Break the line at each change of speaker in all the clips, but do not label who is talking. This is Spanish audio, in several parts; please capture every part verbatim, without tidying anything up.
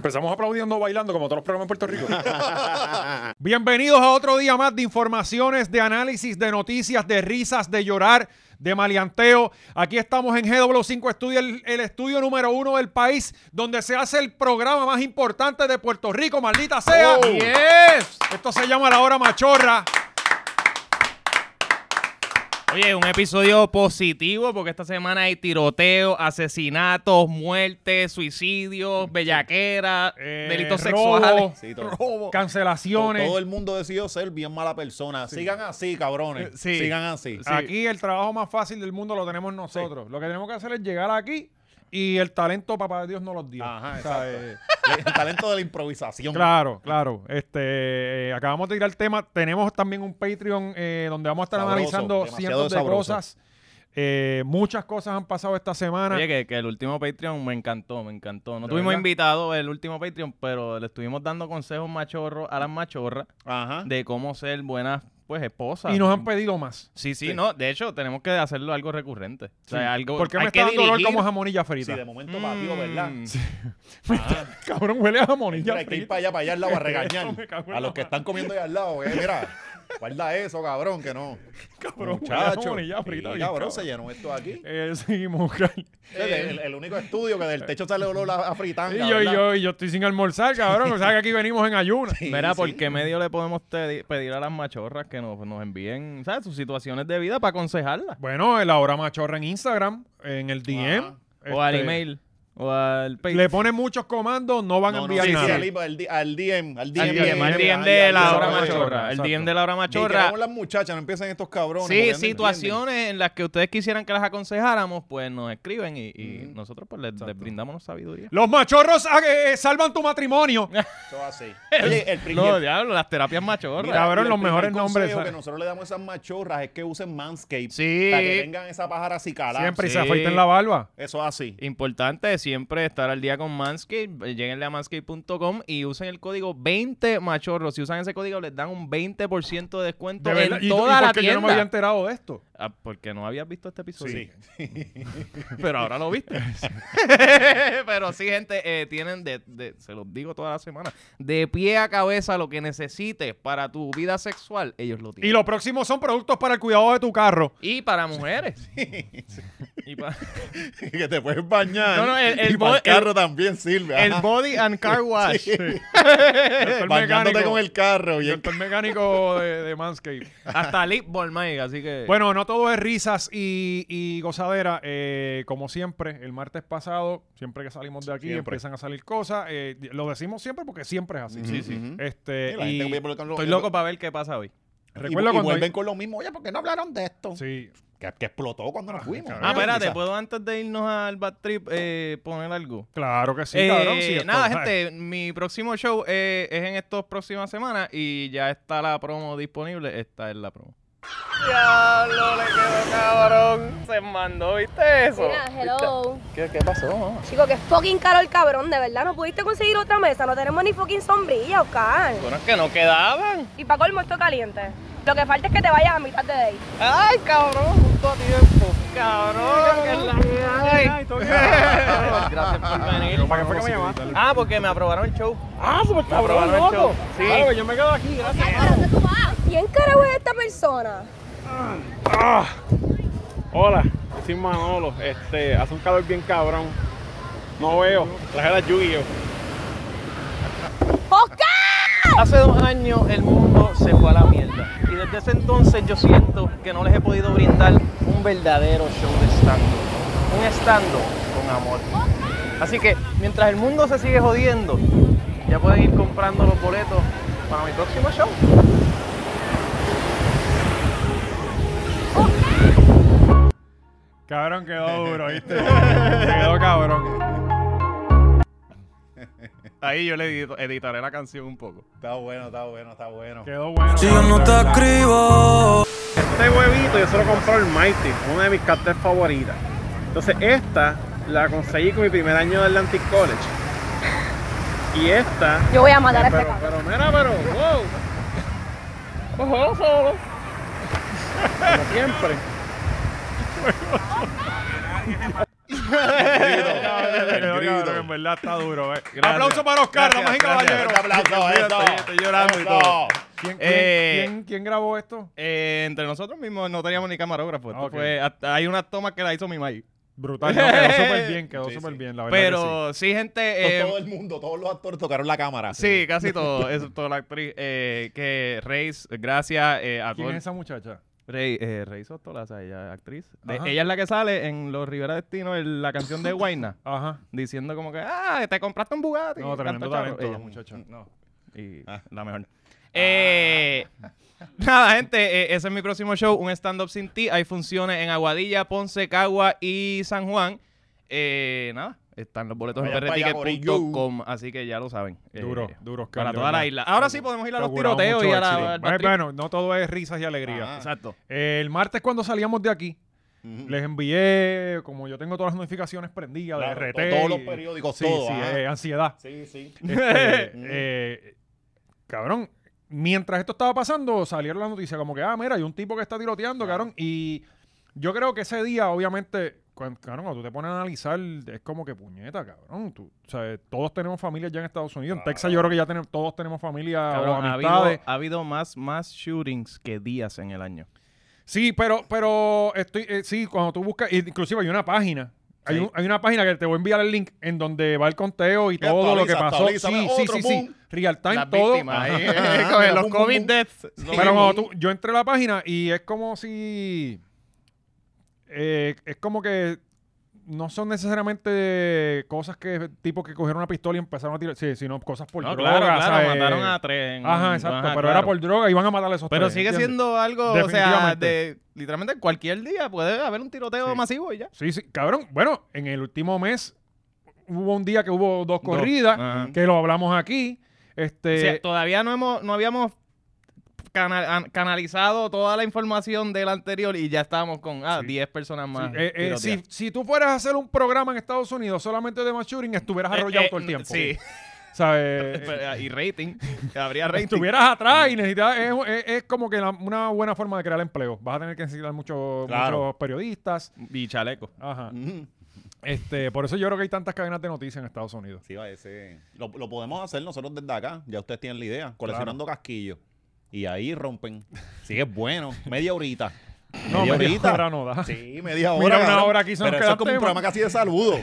Empezamos aplaudiendo, bailando, como todos los programas en Puerto Rico. Bienvenidos a otro día más de informaciones, de análisis, de noticias, de risas, de llorar, de maleanteo. Aquí estamos en G W cinco Studio, el, el estudio número uno del país, donde se hace el programa más importante de Puerto Rico, maldita sea.
Oh. Yes.
Esto se llama La Hora Machorra.
Oye, un episodio positivo porque esta semana hay tiroteos, asesinatos, muertes, suicidios, bellaqueras,
Eh,
delitos
robo,
sexuales.
Sí, todo.
robo.
Cancelaciones.
Todo el mundo decidió ser bien mala persona. Sí. Sigan así, cabrones.
Eh, sí.
Sigan así.
Sí.
Aquí el trabajo más fácil del mundo lo tenemos nosotros. Lo que tenemos que hacer es llegar aquí y el talento, papá de Dios, nos los dio.
Ajá,
O sea,
exacto.
eh,
El talento de la improvisación.
Claro, claro. Este, eh, acabamos de tirar el tema. Tenemos también un Patreon eh, donde vamos a estar
Sabroso,
analizando
demasiado
cientos de
sabroso.
cosas. Eh, muchas cosas han pasado esta semana.
Oye, que, que el último Patreon me encantó, me encantó. No
¿De
tuvimos
verdad?
invitados el último Patreon, pero le estuvimos dando consejos machorros a las machorras
Ajá.
de cómo ser buenas, pues, esposas.
Y nos han pedido más.
Sí, sí,
Sí.
no. De hecho, tenemos que hacerlo algo recurrente. O sea,
Sí.
algo.
¿Por qué
hay
me
que
está dando dolor
dirigir.
como jamonilla
Sí,
frita?
de momento batido, ¿verdad?
Mm.
Ajá.
Cabrón, huele a jamonilla
Hay que ir
frita.
para allá, para allá al lado a regañar.
Eso me cago en
A
la
los que
madre.
están comiendo allá al lado. Eh, mira, guarda eso, cabrón, que no.
Cabrón, huele a
Muchacho.
jamonilla frita.
Sí,
bien,
cabrón,
cabrón.
se llenó esto aquí.
Eh, seguimos, Carl.
El, el- el único estudio que del techo sale olor a, a fritanga.
Y yo, y
¿verdad?
yo, y yo estoy sin almorzar, cabrón. O sea que aquí venimos en ayunas.
Sí,
Mira,
sí.
¿por qué medio le podemos te- pedir a las machorras que nos, nos envíen, ¿sabes? Sus situaciones de vida para aconsejarlas?
Bueno, en La Hora Machorra en Instagram, en el D M.
Ajá.
O al
este,
email, o al Patreon.
Le ponen muchos comandos, no van a
No, no,
enviar
sí,
nada.
sí, al, al, D- al D M, al D M,
Al D M, al D M
ahí,
de
ahí,
la
ahí,
hora
ahí,
machorra. El
exacto.
D M de la hora
Ni
machorra.
queremos las muchachas, no empiecen estos cabrones. porque
Sí,
no
situaciones en las que ustedes quisieran que las aconsejáramos, pues nos escriben y, y
Ujú.
nosotros pues les, les brindamos sabiduría.
Los machorros ah, eh, salvan tu matrimonio.
entienden. Eso así. Oye, el pri-
No,
y el-
diablo, las terapias machorras.
mira,
cabrón,
y el
los
primer
mejores nombres,
consejo
¿sabes?
que nosotros le damos a esas machorras es que usen Manscaped.
Sí.
Para que tengan esa pájara acicalada.
Siempre y
sí.
se afeiten la barba.
Eso es así.
Importante siempre estar al día con Manscaped. Lleguenle a manscaped punto com y usen el código veinte machorros. Si usan ese código les dan un veinte por ciento de descuento
De verdad.
en
¿Y,
toda
y
la
por qué
tienda.
yo no me había enterado de esto?
Ah, porque no habías visto este episodio.
Sí.
Pero ahora lo viste. Pero sí, gente, eh, tienen, de, de- se los digo toda la semana, de pie a cabeza lo que necesites para tu vida sexual, ellos lo
Y
tienen.
los próximos son productos para el cuidado de tu carro.
Y para mujeres. Y pa-
que te puedes bañar.
No, no, el- el
y para
bo-
el carro también sirve.
el
ajá.
Body and Car Wash.
Doctor
Bañándote
mecánico.
con el carro.
Y
Bien.
el mecánico de, de Manscaped.
Hasta lip balm, Mike, así que...
Bueno, no todo es risas y, y gozadera. Eh, como siempre, el martes pasado, siempre que salimos de aquí,
Siempre.
empiezan a salir cosas. Eh, lo decimos siempre porque siempre es así.
Sí, sí.
Este,
Y la
y
gente vuelve con lo-
estoy loco para ver qué pasa hoy.
y,
recuerdo
y
cuando...
vuelven con lo mismo. Oye, ¿por qué no hablaron de esto?
Sí.
Que, que explotó cuando nos fuimos.
cabrón.
Ah, espérate,
Quizás.
¿puedo antes de irnos al bad trip eh, poner algo?
Claro que sí,
Eh,
cabrón. Sí, esto-
nada, gente, mi próximo show eh, es en estas próximas semanas y ya está la promo disponible. Esta es la promo. Diablo, le quedó cabrón. Se mandó, ¿viste eso?
Mira, hello.
¿Qué, qué pasó?
Chico, que es fucking caro el cabrón, de verdad. No pudiste conseguir otra mesa. No tenemos ni fucking sombrilla, Oscar.
Bueno, es que no quedaban.
Y pa' colmo esto caliente. Lo que falta es que te vayas a mitad de day.
Ay, cabrón, justo a tiempo. Cabrón, que es la que hay. Gracias por venir.
¿Para qué fue que me llamaste?
Ah, porque me aprobaron el show.
Ah, súper
Me aprobaron el show. Sí.
Claro, yo me quedo aquí, gracias.
¿A dónde tú vas? ¿Quién carajo es esta persona?
Ah, hola, yo soy Manolo. Este, hace un calor bien cabrón. No veo, traje la Yu-Gi-Oh.
¡Oscar!
Hace dos años el mundo se fue a la mierda y desde ese entonces yo siento que no les he podido brindar un verdadero show de stand-up, un stand-up con amor. Así que mientras el mundo se sigue jodiendo, ya pueden ir comprando los boletos para mi próximo show.
Cabrón, quedó duro, ¿viste? Quedó cabrón.
Ahí yo le editaré la canción un poco.
Está bueno, está bueno, está bueno.
Quedó bueno.
Si yo no te escribo.
Este huevito yo se lo compré al Mighty, una de mis cartas favoritas. Entonces esta la conseguí con mi primer año de Atlantic College. Y esta...
Yo voy a matar a este
Pero,
cabrón.
pero mira, pero, wow. Ojo, solo. Como siempre.
Cabrón, en verdad está duro. Eh.
Gracias.
Aplauso para Oscar,
Gracias,
damas y
gracias.
caballeros.
Un aplauso, eso.
Estoy, estoy llorando y
Eso.
todo.
¿Quién, quién,
Eh,
quién- quién grabó esto?
Eh, entre nosotros mismos no teníamos ni camarógrafo. Esto
Ah, ok.
fue, hasta- hay una toma que la hizo mi maíz.
Brutal, no, quedó súper bien, quedó
Sí,
súper
sí.
bien, la verdad. que
Pero sí, gente. eh,
Todo el mundo, todos los actores tocaron la cámara.
sí, casi todo. Eso, toda la actriz. Eh, que Reis, gracias eh, a
sí. ¿Quién
todo.
es esa muchacha?
Rey, eh, Rey Sostolaza, ella es actriz. De-
Ajá.
ella es la que sale en Los Rivera Destino, en la canción de Guayna,
Ajá.
diciendo como que, ah, te compraste un Bugatti.
No, tremendo
Canta
talento,
charro.
la
Ella.
muchacha. No.
Y
Ah.
la mejor. Eh, nada, gente, eh, ese es mi próximo show, un stand-up sin ti. Hay funciones en Aguadilla, Ponce, Cagua y San Juan. Eh, nada, están los boletos en
Vayan para allá,
perreticket punto com, así que ya lo saben. Eh,
Duro, duro, Oscar,
Para
de
toda la
verdad.
isla. Ahora sí podemos ir a los
Procuramos
tiroteos y
mucho
a la...
éxito.
al
Bueno,
trip.
bueno, no todo es risas y alegría.
Ah.
Exacto.
Eh, el martes cuando salíamos de aquí,
Ujú.
les envié, como yo tengo todas las notificaciones prendidas
Claro,
de R
to-
T.
todos los
y-
periódicos,
sí,
todo,
sí,
ajá.
eh, ansiedad.
Sí, sí.
Este, eh, cabrón, mientras esto estaba pasando, salieron las noticias como que, ah, mira, hay un tipo que está tiroteando, cabrón. Y yo creo que ese día, obviamente, cuando, cabrón, cuando tú te pones a analizar, es como que puñeta, cabrón. Tú, o sea, todos tenemos familias ya en Estados Unidos. En Texas yo creo que ya tenemos, todos tenemos familia
Cabrón,
o
ha, habido,
amistades.
ha habido más, más shootings que días en el año.
Sí, pero, pero estoy, eh, sí, cuando tú buscas, inclusive hay una página. Hay,
Sí.
un- hay una página que te voy a enviar el link en donde va el conteo y
Ya
todo lo que
actualiza,
pasó.
actualiza,
Sí,
otro,
sí, sí, sí.
boom.
Real time,
Las
todo.
víctimas,
Ajá.
ahí,
Ajá,
con
mira,
los
boom, boom,
COVID
boom.
deaths.
Sí.
Pero cuando tú, yo entré a la página y es como si. eh, es como que no son necesariamente cosas que tipo que cogieron una pistola y empezaron a tirar, sí, sino cosas por
No,
droga.
claro, claro,
¿sabes?
mataron a tres. en
Ajá,
un-
exacto,
ajá,
pero
claro.
era por droga y van a matar a esos
Pero
tres,
sigue
¿entiendes?
siendo algo, o sea,
Definitivamente.
de literalmente cualquier día puede haber un tiroteo
Sí.
masivo y ya.
Sí, sí, cabrón. Bueno, en el último mes hubo un día que hubo dos
Dos.
corridas,
Ajá.
que lo hablamos aquí. Este,
O sea, todavía no hemos, no habíamos cana- an- canalizado toda la información del anterior y ya estábamos con ah,
Sí.
diez personas
sí,
más.
eh, eh, si,
tiroteadas.
si tú fueras a hacer un programa en Estados Unidos solamente de mass shooting, estuvieras
Eh,
arrollado
eh,
todo el tiempo.
Sí.
¿Sabes?
Pero, y rating. Habría rating.
Estuvieras atrás y necesitas, es, es- es como que la- una buena forma de crear empleo. Vas a tener que necesitar muchos,
Claro.
muchos periodistas.
Y chaleco.
Ajá.
Ujú.
Este, por eso yo creo que hay tantas cadenas de noticias en Estados Unidos.
Sí, va ese. Lo, lo podemos hacer nosotros desde acá. Ya ustedes tienen la idea. Coleccionando casquillos. Y ahí rompen. Sí, es bueno. Media horita.
No, media hora no da.
Sí, media hora.
Mira, una
cabrón.
hora aquí se nos
Pero
queda
eso es como un
tema.
programa casi de saludos.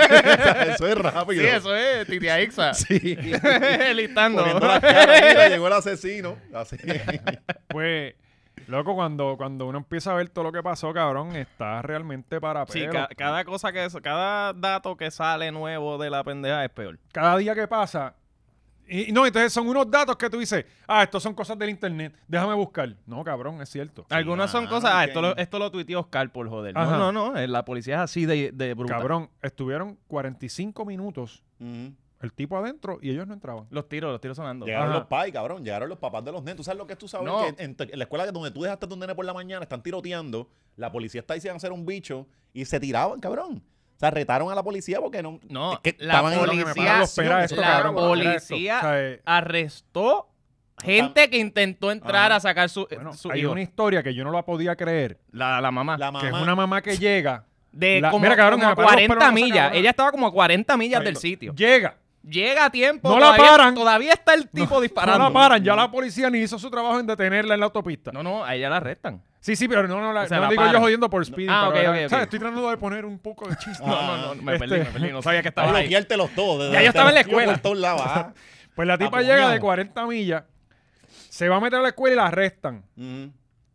Eso es rápido.
Sí, eso es Titia Ixa.
Sí.
Listando.
Poniendo las caras, mira, llegó el asesino. Así.
Pues, loco, cuando, cuando uno empieza a ver todo lo que pasó, cabrón, está realmente para
Sí,
pelo.
ca- cada cosa que cada dato que sale nuevo de la pendeja es peor.
Cada día que pasa. Y, y no, entonces son unos datos que tú dices, ah, estos son cosas del internet, déjame buscar. No, cabrón, es cierto.
Algunas son
ah,
cosas, ah,
ok.
esto lo, esto lo tuiteó Oscar por joder.
Ajá.
No, no, no, eh, la policía es así de, de bruta.
Cabrón, estuvieron cuarenta y cinco minutos
Ujú.
el tipo adentro y ellos no entraban.
Los tiros, los tiros sonando.
Llegaron
Ajá.
los pais, cabrón. Llegaron los papás de los nenes. ¿Tú sabes lo que es tú sabes?
No.
Que en, te- en la escuela donde tú dejaste a tu nene por la mañana están tiroteando. La policía está diciendo hacer un bicho y se tiraban, cabrón. O sea, retaron a la policía porque no.
No,
es que
la
estaban en-
policía-
Me pagan los peras esto,
la
cabrón, mira esto.
policía-
O sea, eh,
Arrestó gente que intentó entrar
Ajá.
a sacar su,
bueno,
su
hay
hijo.
una historia que yo no la podía creer,
La, la mamá.
La mamá.
que es una mamá que llega,
de
la-
como,
mira, cabrón,
como
me
a
pararon los pelos
cuarenta
en esa
millas.
cabrona.
Ella estaba como a cuarenta millas
Ay,
del
lo-
sitio.
llega,
Llega a tiempo.
No la
todavía,
paran.
Todavía está el tipo disparando.
no la paran, ya la policía ni hizo su trabajo en detenerla en la autopista.
No, no, a ella la arrestan.
Sí, sí, pero no, no, la,
O sea,
no
la
digo yo
paran.
jodiendo por speeding.
Ah,
pero
ok,
era-
ok,
¿sabes?
ok.
Estoy tratando de poner un poco de chiste.
No, no, no, me
Este-
perdí, me perdí. No sabía que
Para
estaba ahí.
bloqueártelos todos.
Ya yo estaba en la
Te los
escuela.
Por todos lados. ah.
Pues la tipa
Apuñado.
llega de cuarenta millas, se va a meter a la escuela y la arrestan.
Ujú.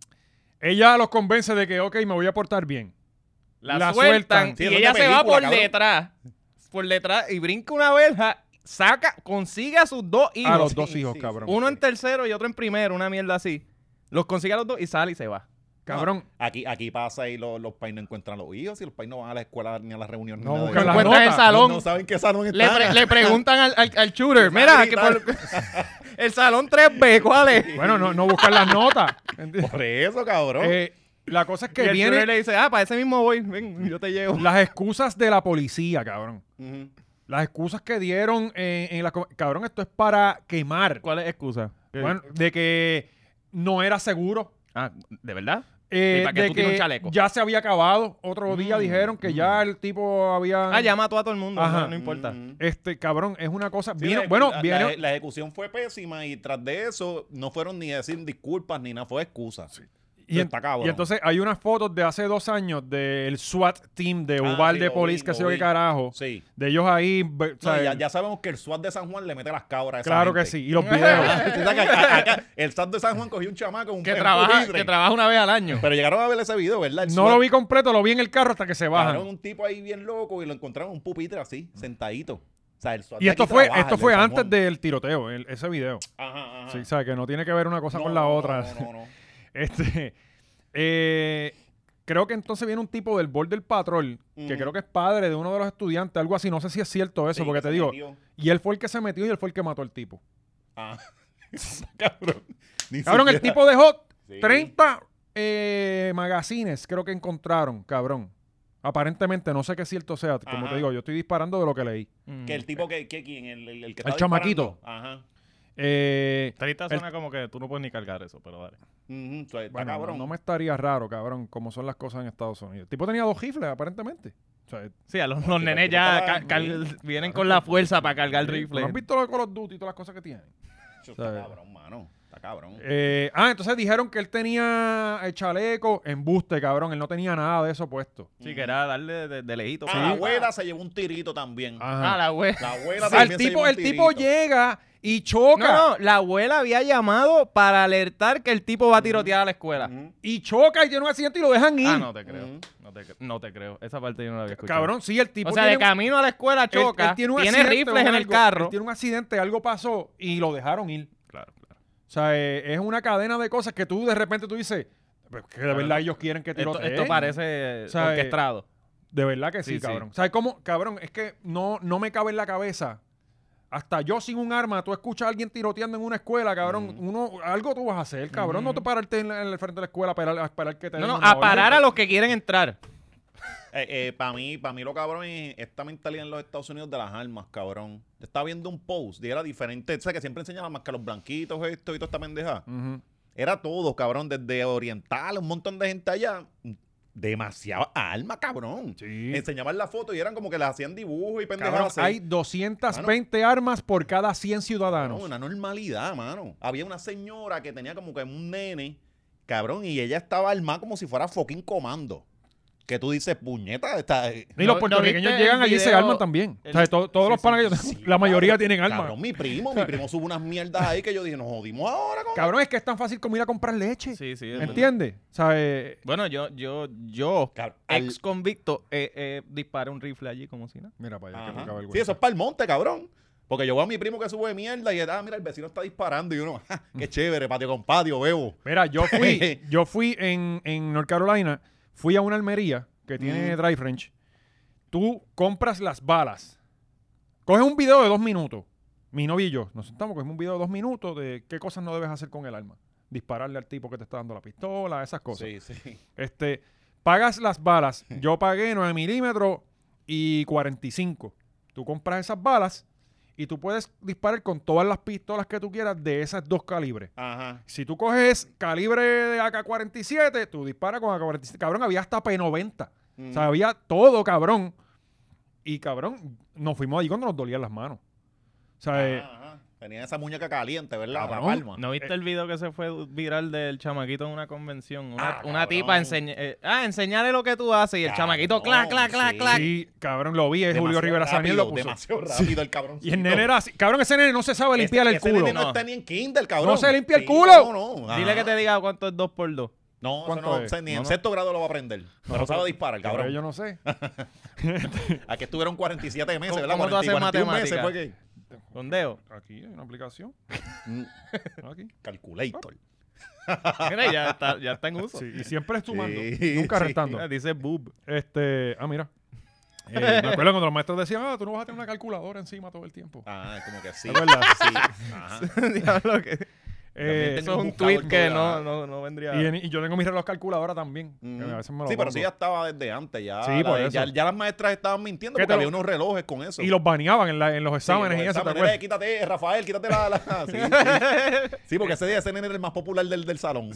Ella los convence de que, ok, me voy a portar bien.
La,
La
sueltan,
sueltan.
Sí,
y
eso es
ella
de
se va
película,
por
cabrón.
detrás. Por detrás y brinca una verja, saca, consigue a sus dos hijos.
A los
sí,
dos hijos,
sí,
cabrón.
Uno en tercero y otro en primero, una mierda así. Los consigue a los dos y sale y se va.
Cabrón.
No, aquí, aquí pasa y los, los pais no encuentran a los hijos y los pais no van a la escuela ni a las reuniones.
No
ni nada de
buscan
eso.
las
Encuentran el
notas.
salón.
No, no saben qué salón
Le,
están.
pre- le preguntan al, al, al shooter, mira, que por- el salón tres B, ¿cuál es?
Bueno, no, no buscan las notas. ¿entiendes?
Por eso, cabrón.
Eh, la cosa es
Y
que
el shooter
viene
le dice, ah, para ese mismo voy, ven, yo te llevo.
las excusas de la policía, cabrón.
Ujú.
Las excusas que dieron en, en la... co- Cabrón, esto es para quemar.
¿Cuál es excusa?
Bueno, de que no era seguro.
Ah, ¿de verdad?
Eh,
Sí, para que
de
tú tires un
que
chaleco.
ya se había acabado. Otro día
Mm,
dijeron que
mm.
ya el tipo había...
Ah, ya mató a todo el mundo,
Ajá.
no, no importa.
Mm.
Este, cabrón, es una cosa...
Sí,
vino-
la-
bueno,
la,
viene...
la- la ejecución fue pésima y tras de eso no fueron ni a decir disculpas ni nada, fue excusa.
y, en-
está cabrón.
y entonces hay unas fotos de hace dos años del SWAT team de
Ah,
Uvalde
sí, lo
Police,
vi,
que
lo
sé yo qué
vi.
carajo.
Sí.
De ellos ahí... ve- o
No,
sea,
ya, ya sabemos que el SWAT de San Juan le mete las cabras a esa
claro que
gente.
sí. Y los videos.
O sea, que acá- acá el SWAT de San Juan cogió un chamaco un
Que
en
trabaja,
pupitre.
que trabaja una vez al año.
Pero llegaron a ver ese video, ¿verdad? El
No
SWAT,
lo vi completo, lo vi en el carro hasta que se bajan.
cabrón, un tipo ahí bien loco y lo encontraron en un pupitre así, sentadito. O sea, el SWAT
Y
de
esto
aquí
fue,
trabaja,
esto
el de
fue
San
antes
Juan.
del tiroteo, el- ese video.
Ajá, ajá.
Sí, o sea, que no tiene que ver una cosa
No,
con la
no,
otra.
No, no, no.
Este, eh, creo que entonces viene un tipo del Border Patrol, que
Ujú.
creo que es padre de uno de los estudiantes, algo así, no sé si es cierto eso,
Sí,
porque
que
te
se
digo,
metió.
y él fue el que se metió y él fue el que mató al tipo.
Ah. Cabrón. Ni
Cabrón, el
siquiera-
tipo dejó
Sí.
treinta eh, magazines, creo que encontraron, cabrón. Aparentemente, no sé qué cierto sea, como
Ajá.
te digo, yo estoy disparando de lo que leí.
Que el tipo que, que quién, el, el, el que
El
está
chamaquito.
disparando. Ajá.
Eh,
treinta
el-
suena como que tú no puedes ni cargar eso, pero dale.
Ujú, o sea, está
bueno,
cabrón.
no me estaría raro, cabrón, como son las cosas en Estados Unidos. El tipo tenía dos rifles, aparentemente. O sea,
Sí, a los,
Sí,
los
pero
nenes
tú
ya
estabas-
ca- cal- vienen con la fuerza para cargar el rifle.
¿no has visto lo de Call of Duty y todas las cosas que tienen?
Eso está
¿sabes?
cabrón, mano. Está cabrón.
Eh, ah, entonces dijeron que él tenía el chaleco, embuste, cabrón. Él no tenía nada de eso puesto.
Sí, que era darle de, de lejito.
Ah,
Sí.
la abuela se llevó un tirito también.
Ajá.
Ah, la abuela.
La abuela
O sea, el
también se llevó
tipo,
un
el tipo
tirito.
llega y choca.
No, no, la abuela había llamado para alertar que el tipo va a tirotear a la escuela.
Ujú.
Y choca y tiene un accidente y lo dejan ir.
Ah, no te creo.
Ujú.
No te, cre- no te creo. Esa parte yo no la había escuchado.
Cabrón, sí, el tipo
O sea, de
tiene un-
camino a la escuela
él-
choca,
él tiene, un
tiene
accidente
rifles
o
en el
algo,
carro.
él tiene un accidente, algo pasó y lo dejaron ir.
Claro, claro.
O sea, eh, es una cadena de cosas que tú de repente tú dices, "Pues que de verdad ellos quieren que
Esto,
tirotee".
esto parece
O sea,
orquestado.
De verdad que sí,
Sí, sí.
cabrón. ¿Sabes cómo? Cabrón, es que no, no me cabe en la cabeza. Hasta yo sin un arma, tú escuchas a alguien tiroteando en una escuela, cabrón. Uno, algo tú vas a hacer, cabrón. No te pararte en, la- en el frente de la escuela a esperar, a esperar que te
No,
den
no,
una
a parar
orden.
a los que quieren entrar.
Eh, eh, para mí, para mí lo cabrón es esta mentalidad en los Estados Unidos de las armas, cabrón. Estaba viendo un post y era diferente. O sea, que siempre enseñaban más que los blanquitos, esto y toda esta pendeja.
Ujú.
Era todo, cabrón. Desde oriental, un montón de gente allá. Demasiada arma, cabrón.
Sí.
Enseñaban la foto y eran como que les hacían dibujos y pendejadas.
Cabrón,
así.
hay doscientas veinte armas por cada cien ciudadanos.
No, una normalidad, mano. Había una señora que tenía como que un nene, cabrón, y ella estaba armada como si fuera fucking comando. Que tú dices, puñeta, está...
Y
¿No-
los
no
puertorriqueños
viste
llegan
el
allí y se
video?
arman también.
El-
O sea, to- todos
sí,
los
sí,
panas que yo-
Sí,
la mayoría
cabrón.
tienen armas.
Cabrón, mi primo, mi primo sube unas mierdas ahí que yo dije, nos jodimos ahora, con
Cabrón, es que es tan fácil como ir a comprar leche.
Sí, sí.
¿Me entiendes? O sea, eh,
Bueno, yo, yo, yo,
Cabrón, al-
ex convicto, eh, eh, disparé un rifle allí como si nada.
mira para allá, que
Ajá.
poca vergüenza.
Sí, eso es para el monte, cabrón. Porque yo veo a mi primo que sube mierda y ah, mira, el vecino está disparando y uno, "Ja, qué chévere, patio con patio, bebo.
Mira, yo fui, yo fui en, en North Carolina, fui a una almería que tiene
Mm.
drive range. Tú compras las balas. Coges un video de dos minutos. Mi novio y yo nos sentamos, cogemos un video de dos minutos de qué cosas no debes hacer con el arma. Dispararle al tipo que te está dando la pistola, esas cosas.
Sí, sí.
Este, pagas las balas. Yo pagué nueve milímetros y cuarenta y cinco. Tú compras esas balas y tú puedes disparar con todas las pistolas que tú quieras de esas dos calibres.
Ajá.
Si tú coges calibre de A K cuarenta y siete, tú disparas con A K cuarenta y siete. Cabrón, había hasta P noventa.
Mm.
O sea, había todo, cabrón. Y, cabrón, nos fuimos allí cuando nos dolían las manos. O sea, eh,
Ajá, ajá. Tenía esa muñeca caliente, ¿verdad? La
Cabrón.
palma.
¿No viste el video que se fue viral del chamaquito en una convención? Una,
Ah,
una
cabrón.
tipa enseña, eh, ah, enseñale lo que tú haces y el
Cabrón,
chamaquito clac, clac, clac,
sí.
clac.
sí, cabrón, lo vi. Es Julio
Demasiado
Rivera
rápido,
Saniel lo puso.
Demasiado rápido el cabrón.
Y el nene era así. Cabrón, ese nene no se sabe limpiar el
ese
culo.
Nene no,
No.
está ni en kinder, cabrón.
No se limpia el
Sí,
culo.
No, no.
Dile
Ajá.
que te diga cuánto es dos por dos.
No, eso
¿Cuánto
no,
es?
sé, ni
No,
en
no.
sexto grado lo va a aprender. Pero no sabe disparar,
Cabrón,
cabrón.
yo no sé.
Aquí estuvieron cuarenta y siete meses,
¿Cómo-
¿verdad?
cómo tú haces
cuarenta y un meses
matemática?
fue que...
Con dedo.
Aquí hay una aplicación.
Mm,
Aquí.
Calculator.
Mira, ya está, ya está en uso.
Sí, y siempre sumando,
Sí,
nunca
sí.
restando.
Mira, dice boob.
Este, ah, mira. Eh, me acuerdo cuando los maestros decían, ah, tú no vas a tener una calculadora encima todo el tiempo.
Ah, como que sí.
Es verdad.
Sí. Ajá.
Diablo que...
Eh,
Eso es un tweet que no, no, no vendría.
y, y yo tengo mi reloj calculadora también.
Mm.
que a veces me lo
Sí, pero
pongo.
sí ya estaba desde antes. Ya,
Sí,
la
por
de-
eso.
ya, ya las maestras estaban mintiendo
¿Qué
porque
te
había
lo-
unos relojes con eso.
Y los baneaban en, la- en los
Sí,
exámenes
los
y eso, ¿te
exámenes,
acuerdas?
eh, quítate, Rafael, quítate la... la- sí, sí. Sí, porque ese día ese nene era el más popular del, del salón.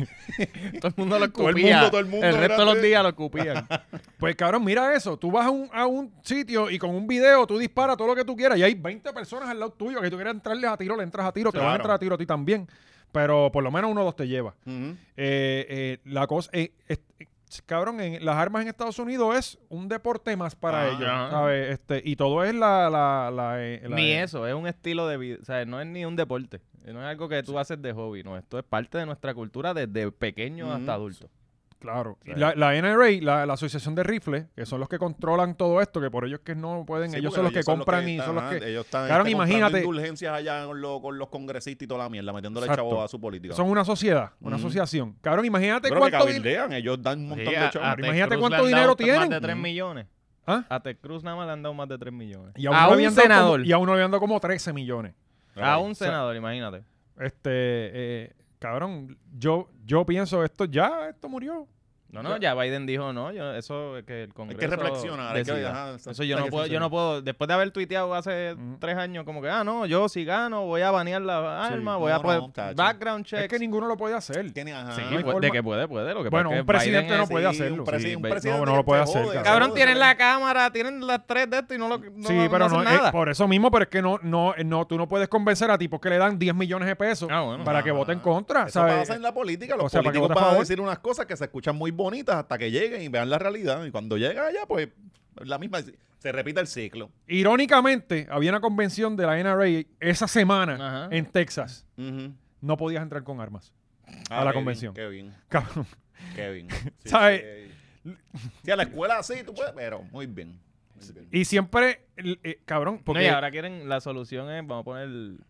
Todo el mundo lo
Todo el
escupía.
mundo, todo el mundo
resto
era
de los
de-
días lo escupían.
Pues cabrón, mira eso. Tú vas a un, a un sitio y con un video tú disparas todo lo que tú quieras y hay veinte personas al lado tuyo que tú quieres entrarles a tiro, le entras a tiro, te van a
Claro.
entrar a tiro a ti también. Pero por lo menos uno o dos te lleva.
Ujú.
Eh, eh, la cosa, eh, es- eh, cabrón, en, las armas en Estados Unidos es un deporte más para
Ah,
ellos,
ajá.
¿sabes? Este, y todo es la... la, la, eh, la-
Ni eso, es un estilo de vida. O sea, no es ni un deporte. No es algo que tú haces de hobby. No, esto es parte de nuestra cultura desde pequeño
Ujú.
hasta adulto.
Claro.
Sí.
Y La, la N R A, la, la Asociación de Rifles, que son los que controlan todo esto, que por ellos que no pueden,
Sí,
ellos
porque
son los que
ellos
compran y
están,
son los
ajá,
que...
ellos están
Cabrón,
este, comprando
imagínate.
indulgencias allá con, lo- con los congresistas y toda la mierda, metiéndole
Exacto.
chavo a su política.
Son una sociedad, una
Ujú.
asociación. Cabrón, imagínate
Yo creo que
cuánto dinero...
cabildean, ellos dan un montón
Sí,
de
a-
chavos.
a Ted
Imagínate
Cruz
cuánto
le han
dinero
dado
tienen.
Más de tres
Mm.
millones.
¿Ah?
A Ted Cruz nada más le han dado más de tres millones.
Y a,
a
uno le
un
habían dado
senador.
Como, y a uno le habían dado como trece millones.
A
Right.
un senador, imagínate.
Este, eh, cabrón, yo, yo pienso esto ya, esto murió.
No, no, ya Biden dijo no, yo, eso es que el
Hay
Congreso
que reflexionar. Hay que,
decida.
ajá,
Eso yo
hay
no
que
puedo, yo
reflexionar.
no puedo, después de haber tuiteado hace
Ujú.
tres años como que, ah, no, yo si gano voy a banear la arma, voy
no,
a poder,
no, tacho.
background
Es
checks.
que ninguno lo puede hacer.
Tiene, ajá.
Sí,
no hay
pu-
forma.
de que puede, puede. Lo que
Bueno,
pasa es
un
que
presidente
Biden
no
es-
puede
Sí,
hacerlo.
un, presi-
Sí,
un
ve-
presidente
no, no lo
que
puede
se
hacer,
jode,
cabrón.
Cabrón,
se
tienen
jode.
la cámara, tienen las tres de esto y no lo no,
Sí,
no
pero
hacen
no, eh,
nada.
por eso mismo, pero es que no, no, no, tú no puedes convencer a tipos que le dan diez millones de pesos
Ah, bueno.
para que
Ajá.
voten contra,
Eso
¿sabes?
pasa en la política. Los
O sea, para que
políticos
vote a
van a
favor.
decir unas cosas que se escuchan muy bonitas hasta que lleguen y vean la realidad. Y cuando llega allá, pues la misma se repite el ciclo.
Irónicamente, había una convención de la N R A esa semana
Ajá.
en Texas.
Ujú.
No podías entrar con armas
Ah,
a la
qué
convención.
Bien, qué bien,
Cabrón.
qué bien. Sí,
¿Sabes?
Sí, sí, a la escuela sí, tú puedes, pero muy bien. Muy bien.
Y siempre, el- eh, cabrón,
No,
porque...
y ahora quieren, la solución es, vamos a poner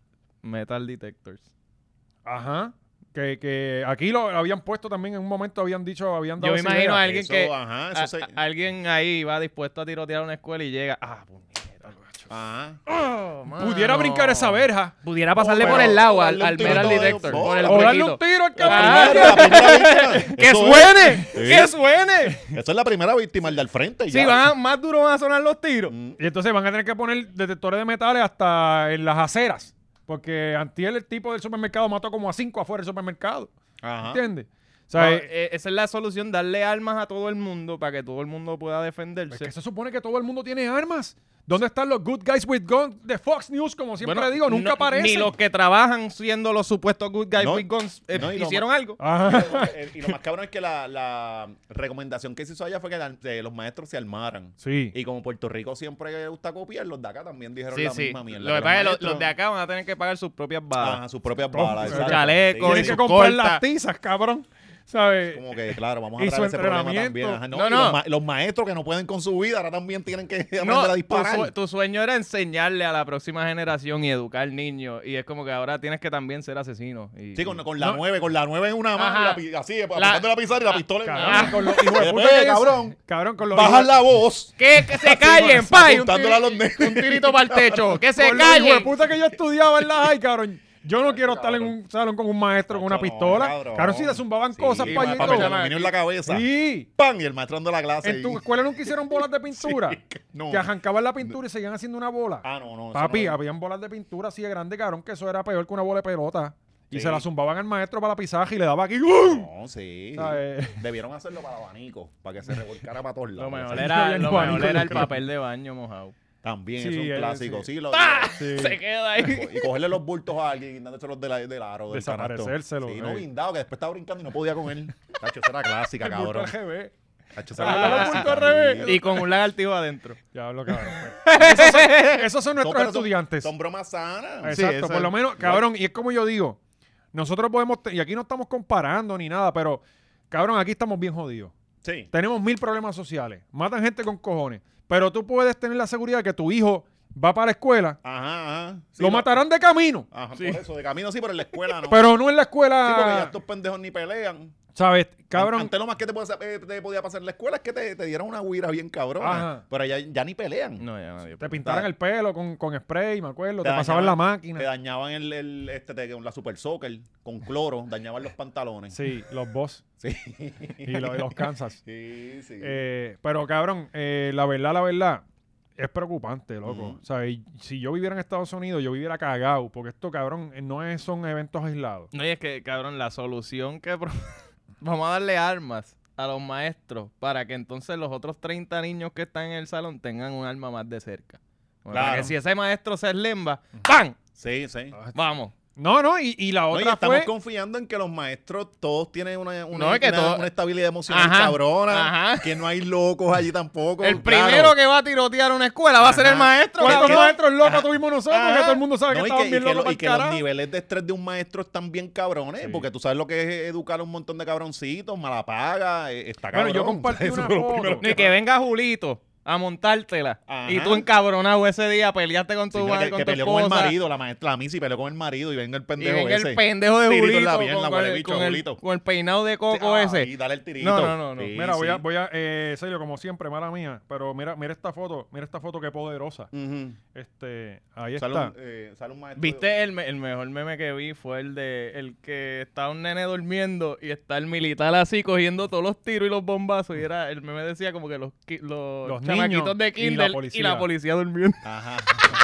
metal detectors.
Ajá. Que, que aquí lo habían puesto también en un momento, habían dicho, habían dado
Yo me
esa
imagino
idea.
a alguien
Eso,
que,
ajá, eso
a-
se-
a- alguien ahí va dispuesto a tirotear una escuela y llega, ah, puñeta,
Ajá.
oh,
Pudiera
mano.
brincar esa verja.
Pudiera pasarle
O-
por
pero-
el lado
o
al,
darle un
al
tiro
metal
todo-
detector,
oh,
por el
O darle
huequito.
un tiro al
Ah,
cabrón.
La primera víctima.
¡Que
Eso
suene!
es.
¡Que suene!
Esa es la primera víctima, el del frente. y
Sí,
ya.
van a- más duro van a sonar los tiros.
Mm.
Y entonces van a tener que poner detectores de metales hasta en las aceras. Porque antier el tipo del supermercado mató como a cinco afuera del supermercado.
Ajá.
¿Entiendes? O
No,
sea, eh,
eh, esa es la solución, darle armas a todo el mundo para que todo el mundo pueda
es
defenderse.
que se supone que todo el mundo tiene armas. ¿Dónde están los good guys with guns de Fox News? Como siempre
Bueno,
digo, nunca
no-
aparecen.
Ni los que trabajan siendo los supuestos good guys
No,
with guns eh,
no, y lo
hicieron
más-
algo.
Ajá.
Eh, Y lo más cabrón es que la, la recomendación que se hizo allá fue que la- eh, los maestros se armaran.
Sí.
Y como Puerto Rico siempre le gusta copiar, los de acá también dijeron
Sí,
la
sí.
misma mierda.
Lo que
que
pasa es que los,
maestros-
los de acá van a tener que pagar sus propias balas.
Ajá, sus propias
Todo,
balas.
sus
exacto.
chalecos,
Sí,
Tienen
y
que
su
comprar
corta.
las tizas, cabrón. ¿Sabes?
Como que, claro, vamos a
Y
traer
su
ese problema
entrenamiento.
también. Ajá, no,
No,
y
no.
Los, ma- los maestros que no pueden con su vida ahora también tienen que aprender
No,
a
tu,
disparar.
sue- tu sueño era enseñarle a la próxima generación y educar niños. Y es como que ahora tienes que también ser asesino. Y,
Sí, con,
y-
con la
No.
nueve, con la nueve en una mano,
Ajá.
y la pi- así, apuntando la pizarra y la pistola en
Cabrón,
la
con los hijos de
Que
puta
pegue,
que ellos-
cabrón.
Cabrón, con los
Bajan
hijos-
la voz.
¡Que, que se callen, pa! Y un,
apuntándole a los
tiri-
nenes.
un tirito para el techo. ¡Que se
con los hijos de
callen!
puta que yo estudiaba en la high, cabrón. Yo no quiero estar en un salón con un maestro con una
Nacho, no,
pistola.
cabrón.
Claro, si le zumbaban
Sí,
cosas
sí,
para
para
allá y
meter
todo.
aluminio en la cabeza.
Sí.
¡Pam! Y el maestro dando la clase.
En tu
y-
escuela nunca hicieron bolas de pintura.
Sí, que no.
Que arrancaban la pintura y seguían haciendo una bola.
Ah, no, no. eso
Papi,
no.
habían bolas de pintura así de grande, cabrón, que eso era peor que una bola de pelota. Y
Sí.
se la zumbaban al maestro para la pisaje y le daba aquí. ¡Bum!
No, sí.
¿Sabes?
Debieron hacerlo para abanico, para que se revolcara para todos lados.
Lo mejor
no
era,
había
lo
ni
mejor
abanico,
era
yo
el
creo.
papel de baño mojado.
También,
Sí,
eso es
eh,
un clásico.
sí.
Sí, lo,
Sí.
Se queda ahí.
y cogerle los bultos a alguien, dándoselos de la, del aro, del canasto.
Desaparecérselo,
Sí, no,
eh.
guindado, que después estaba brincando y no podía con él. Tacho, esa era clásica,
El bulto
cabrón.
al G B.
Tacho, esa
Ah,
era
los
clásica,
bultos al revés.
sí.
Y con un lagartijo adentro.
Ya hablo, cabrón. pues. Esos son, esos son nuestros
No, pero son-
estudiantes.
Son bromas sanas.
Exacto,
Sí,
por lo
esa-
menos, cabrón, y es como yo digo, nosotros podemos, te- y aquí no estamos comparando ni nada, pero, cabrón, aquí estamos bien jodidos.
Sí.
Tenemos mil problemas sociales, matan gente con cojones, pero tú puedes tener la seguridad de que tu hijo va para la escuela,
Ajá, ajá. Sí,
lo
no-
matarán de camino,
Ajá, por eso, de camino sí, pero en la escuela no.
pero no en la
Sí, porque ya
escuela.
estos pendejos ni pelean.
¿Sabes? Cabrón.
Antes lo más que te, podía, eh, te podía pasar en la escuela es que te, te dieran una guira bien cabrona.
Ajá.
Pero ya, ya ni pelean.
No, ya nadie.
Te pintaran el pelo con, con spray, me acuerdo. Te,
Te
pasaban la
dañaban-
máquina.
Te dañaban el, el este, te- la Super Soccer con cloro, dañaban los pantalones.
Sí, los boss
Sí.
y los, y los Kansas.
Sí, sí.
Eh, pero cabrón, eh, la verdad, la verdad, es preocupante, loco.
Ujú.
O sea, y si yo viviera en Estados Unidos, yo viviera cagado, porque esto, cabrón, eh, no es, son eventos aislados.
No, y es que, cabrón, la solución que... pro- Vamos a darle armas a los maestros para que entonces los otros treinta niños que están en el salón tengan un arma más de cerca. Bueno, Para
Claro.
que si ese maestro se eslemba, ¡pam!
Sí, sí.
Vamos.
No, no, y, y la
No, y
otra
estamos
fue...
confiando en que los maestros todos tienen una, una,
No, es que
una-
todo-
una estabilidad emocional
Ajá,
cabrona,
ajá.
que no hay locos allí tampoco.
El
claro.
primero que va a tirotear una escuela va a ser el
Ajá.
maestro.
¿Cuántos
cabrón.
maestros locos tuvimos nosotros?
Ajá.
Que todo el mundo sabe
No,
que
y
estaban
que, y
bien
que
locos
lo- y
para
que
el
los
carajo.
niveles de estrés de un maestro están bien cabrones,
Sí.
porque tú sabes lo que es educar a un montón de cabroncitos, mala paga, eh, está cabrón.
Bueno, yo compartí
Eso
una
es lo
foto.
primero
Ni que venga Julito a montártela.
Ajá.
Y tú encabronado ese día peleaste con
Sí,
tu,
mira,
madre,
que,
con
que
tu
peleó con el
esposa.
marido, la maestra, la Missy peleó con el marido y venga el
Y
pendejo
venga
ese.
el pendejo de
Tirito en
Julito
la pierna,
con,
huele
con-
bicho,
con el,
Julito.
con el peinado de coco
Ah,
ese.
Y dale el tirito.
No, no, no, no.
Sí,
Mira, voy a,
sí.
voy a, eh, serio, como siempre, mala mía, pero mira, mira esta foto, mira esta foto que poderosa.
Ujú.
Este, ahí
Sale
está.
un, eh, sale un maestro.
¿Viste el, me- el mejor meme que vi? Fue el de el que está un nene durmiendo y está el militar así cogiendo todos los tiros y los bombazos. Y era el meme decía como que los, ki- los,
Los
chamaquitos
niños
de
y la
Kindle y la,
policía.
policía durmiendo.
Ajá.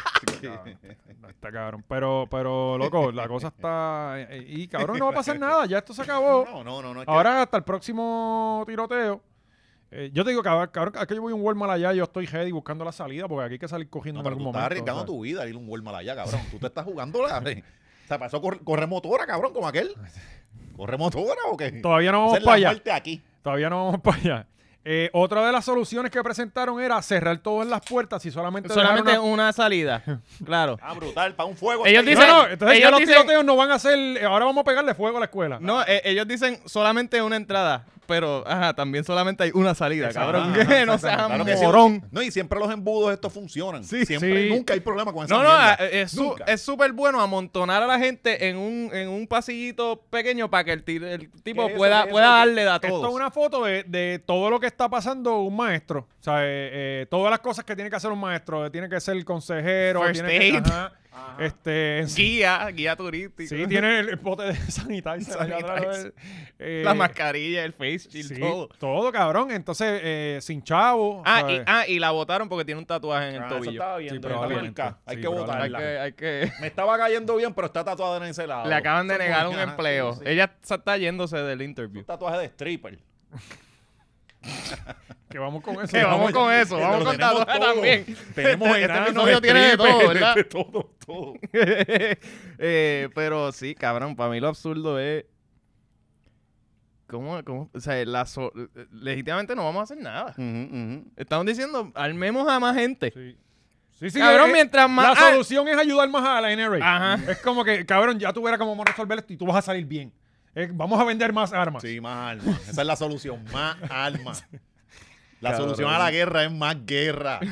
No, está cabrón. Pero, pero, loco, la cosa está. eh, Y cabrón, no va a pasar nada. Ya esto se acabó.
No, no, no. no es que-
Ahora hasta el próximo tiroteo. Eh, yo te digo, cabrón, cabrón, aquí yo voy a un Walmart allá, yo estoy ready buscando la salida porque aquí hay que salir cogiendo
No,
en
pero
algún
tú estás
momento.
arriesgando
¿sabes?
tu vida al ir a un Walmart allá, cabrón. Tú te estás jugando la... O sea, para eso corre, corre motora, cabrón, como aquel. ¿Corre motora o qué?
Todavía no
Esa
vamos
es
para
la
allá.
muerte aquí.
Todavía no vamos para allá. Eh, otra de las soluciones que presentaron era cerrar todas las puertas y solamente
Solamente
dejar una...
una salida. Claro.
Ah, brutal, para un fuego.
Ellos
aquí.
dicen-
No, no, entonces ya
ellos
los
dicen-
tiroteos no van a ser... Ahora vamos a pegarle fuego a la escuela.
No, eh, ellos dicen solamente una entrada. Pero, ajá, también solamente hay una salida,
Exacto.
cabrón.
Ajá,
Que no
exactamente.
seas
Claro que sí.
morón.
No, y siempre los embudos estos funcionan.
Sí,
siempre,
sí.
nunca hay problema con esa
No, no,
mierda.
eh, es su-
Nunca.
es súper bueno amontonar a la gente en un, en un pasillito pequeño para que el, ti- el tipo
¿Qué es
pueda,
eso? ¿Qué es
pueda
eso?
darle a
Esto es
todos.
una foto de, de todo lo que está pasando un maestro. O sea, eh, eh, todas las cosas que tiene que hacer un maestro. Tiene que ser consejero.
First
tiene que,
aid.
ajá, este, en-
Guía, guía turístico.
sí, tiene el, el pote de sanitizer. allá atrás,
Sanitizer.
eh,
La mascarilla, el face shield,
sí,
todo.
todo, cabrón. Entonces, eh, sin chavo.
Ah
¿sabes?
y, ah, y la botaron porque tiene un tatuaje en el
Ah, eso
tobillo.
estaba viendo.
Sí,
está
probablemente.
marcada. Hay
Sí,
que
Hay
botarla.
que, hay que...
Me estaba cayendo bien, pero está tatuada en ese lado.
Le acaban de
Eso es
negar
muy-
un
ajá,
empleo.
sí, sí.
Ella sa- está yéndose del interview.
Un tatuaje de stripper.
Que vamos con eso.
Que vamos con eso,
Que
vamos
lo
con
tenemos
tatuaje
todo.
también.
Tenemos
Este- este
enanos,
episodio tiene de todo,
strippers,
¿verdad?
de todo, todo.
Eh, pero sí, cabrón, para mí lo absurdo es... ¿Cómo? cómo? O sea, la so- legítimamente no vamos a hacer nada.
Ujú, ujú.
Estamos diciendo, armemos a más gente.
Sí. Sí, sí,
Cabrón,
eh,
mientras más-
La
ah.
solución es ayudar más a la N R A.
Ajá.
Es como que, cabrón, ya tú verás cómo vamos a resolver esto y tú vas a salir bien. Eh, vamos a vender más armas.
Sí, más armas. Esa es la solución, más armas. La
Cabrón.
solución a la guerra es más guerra.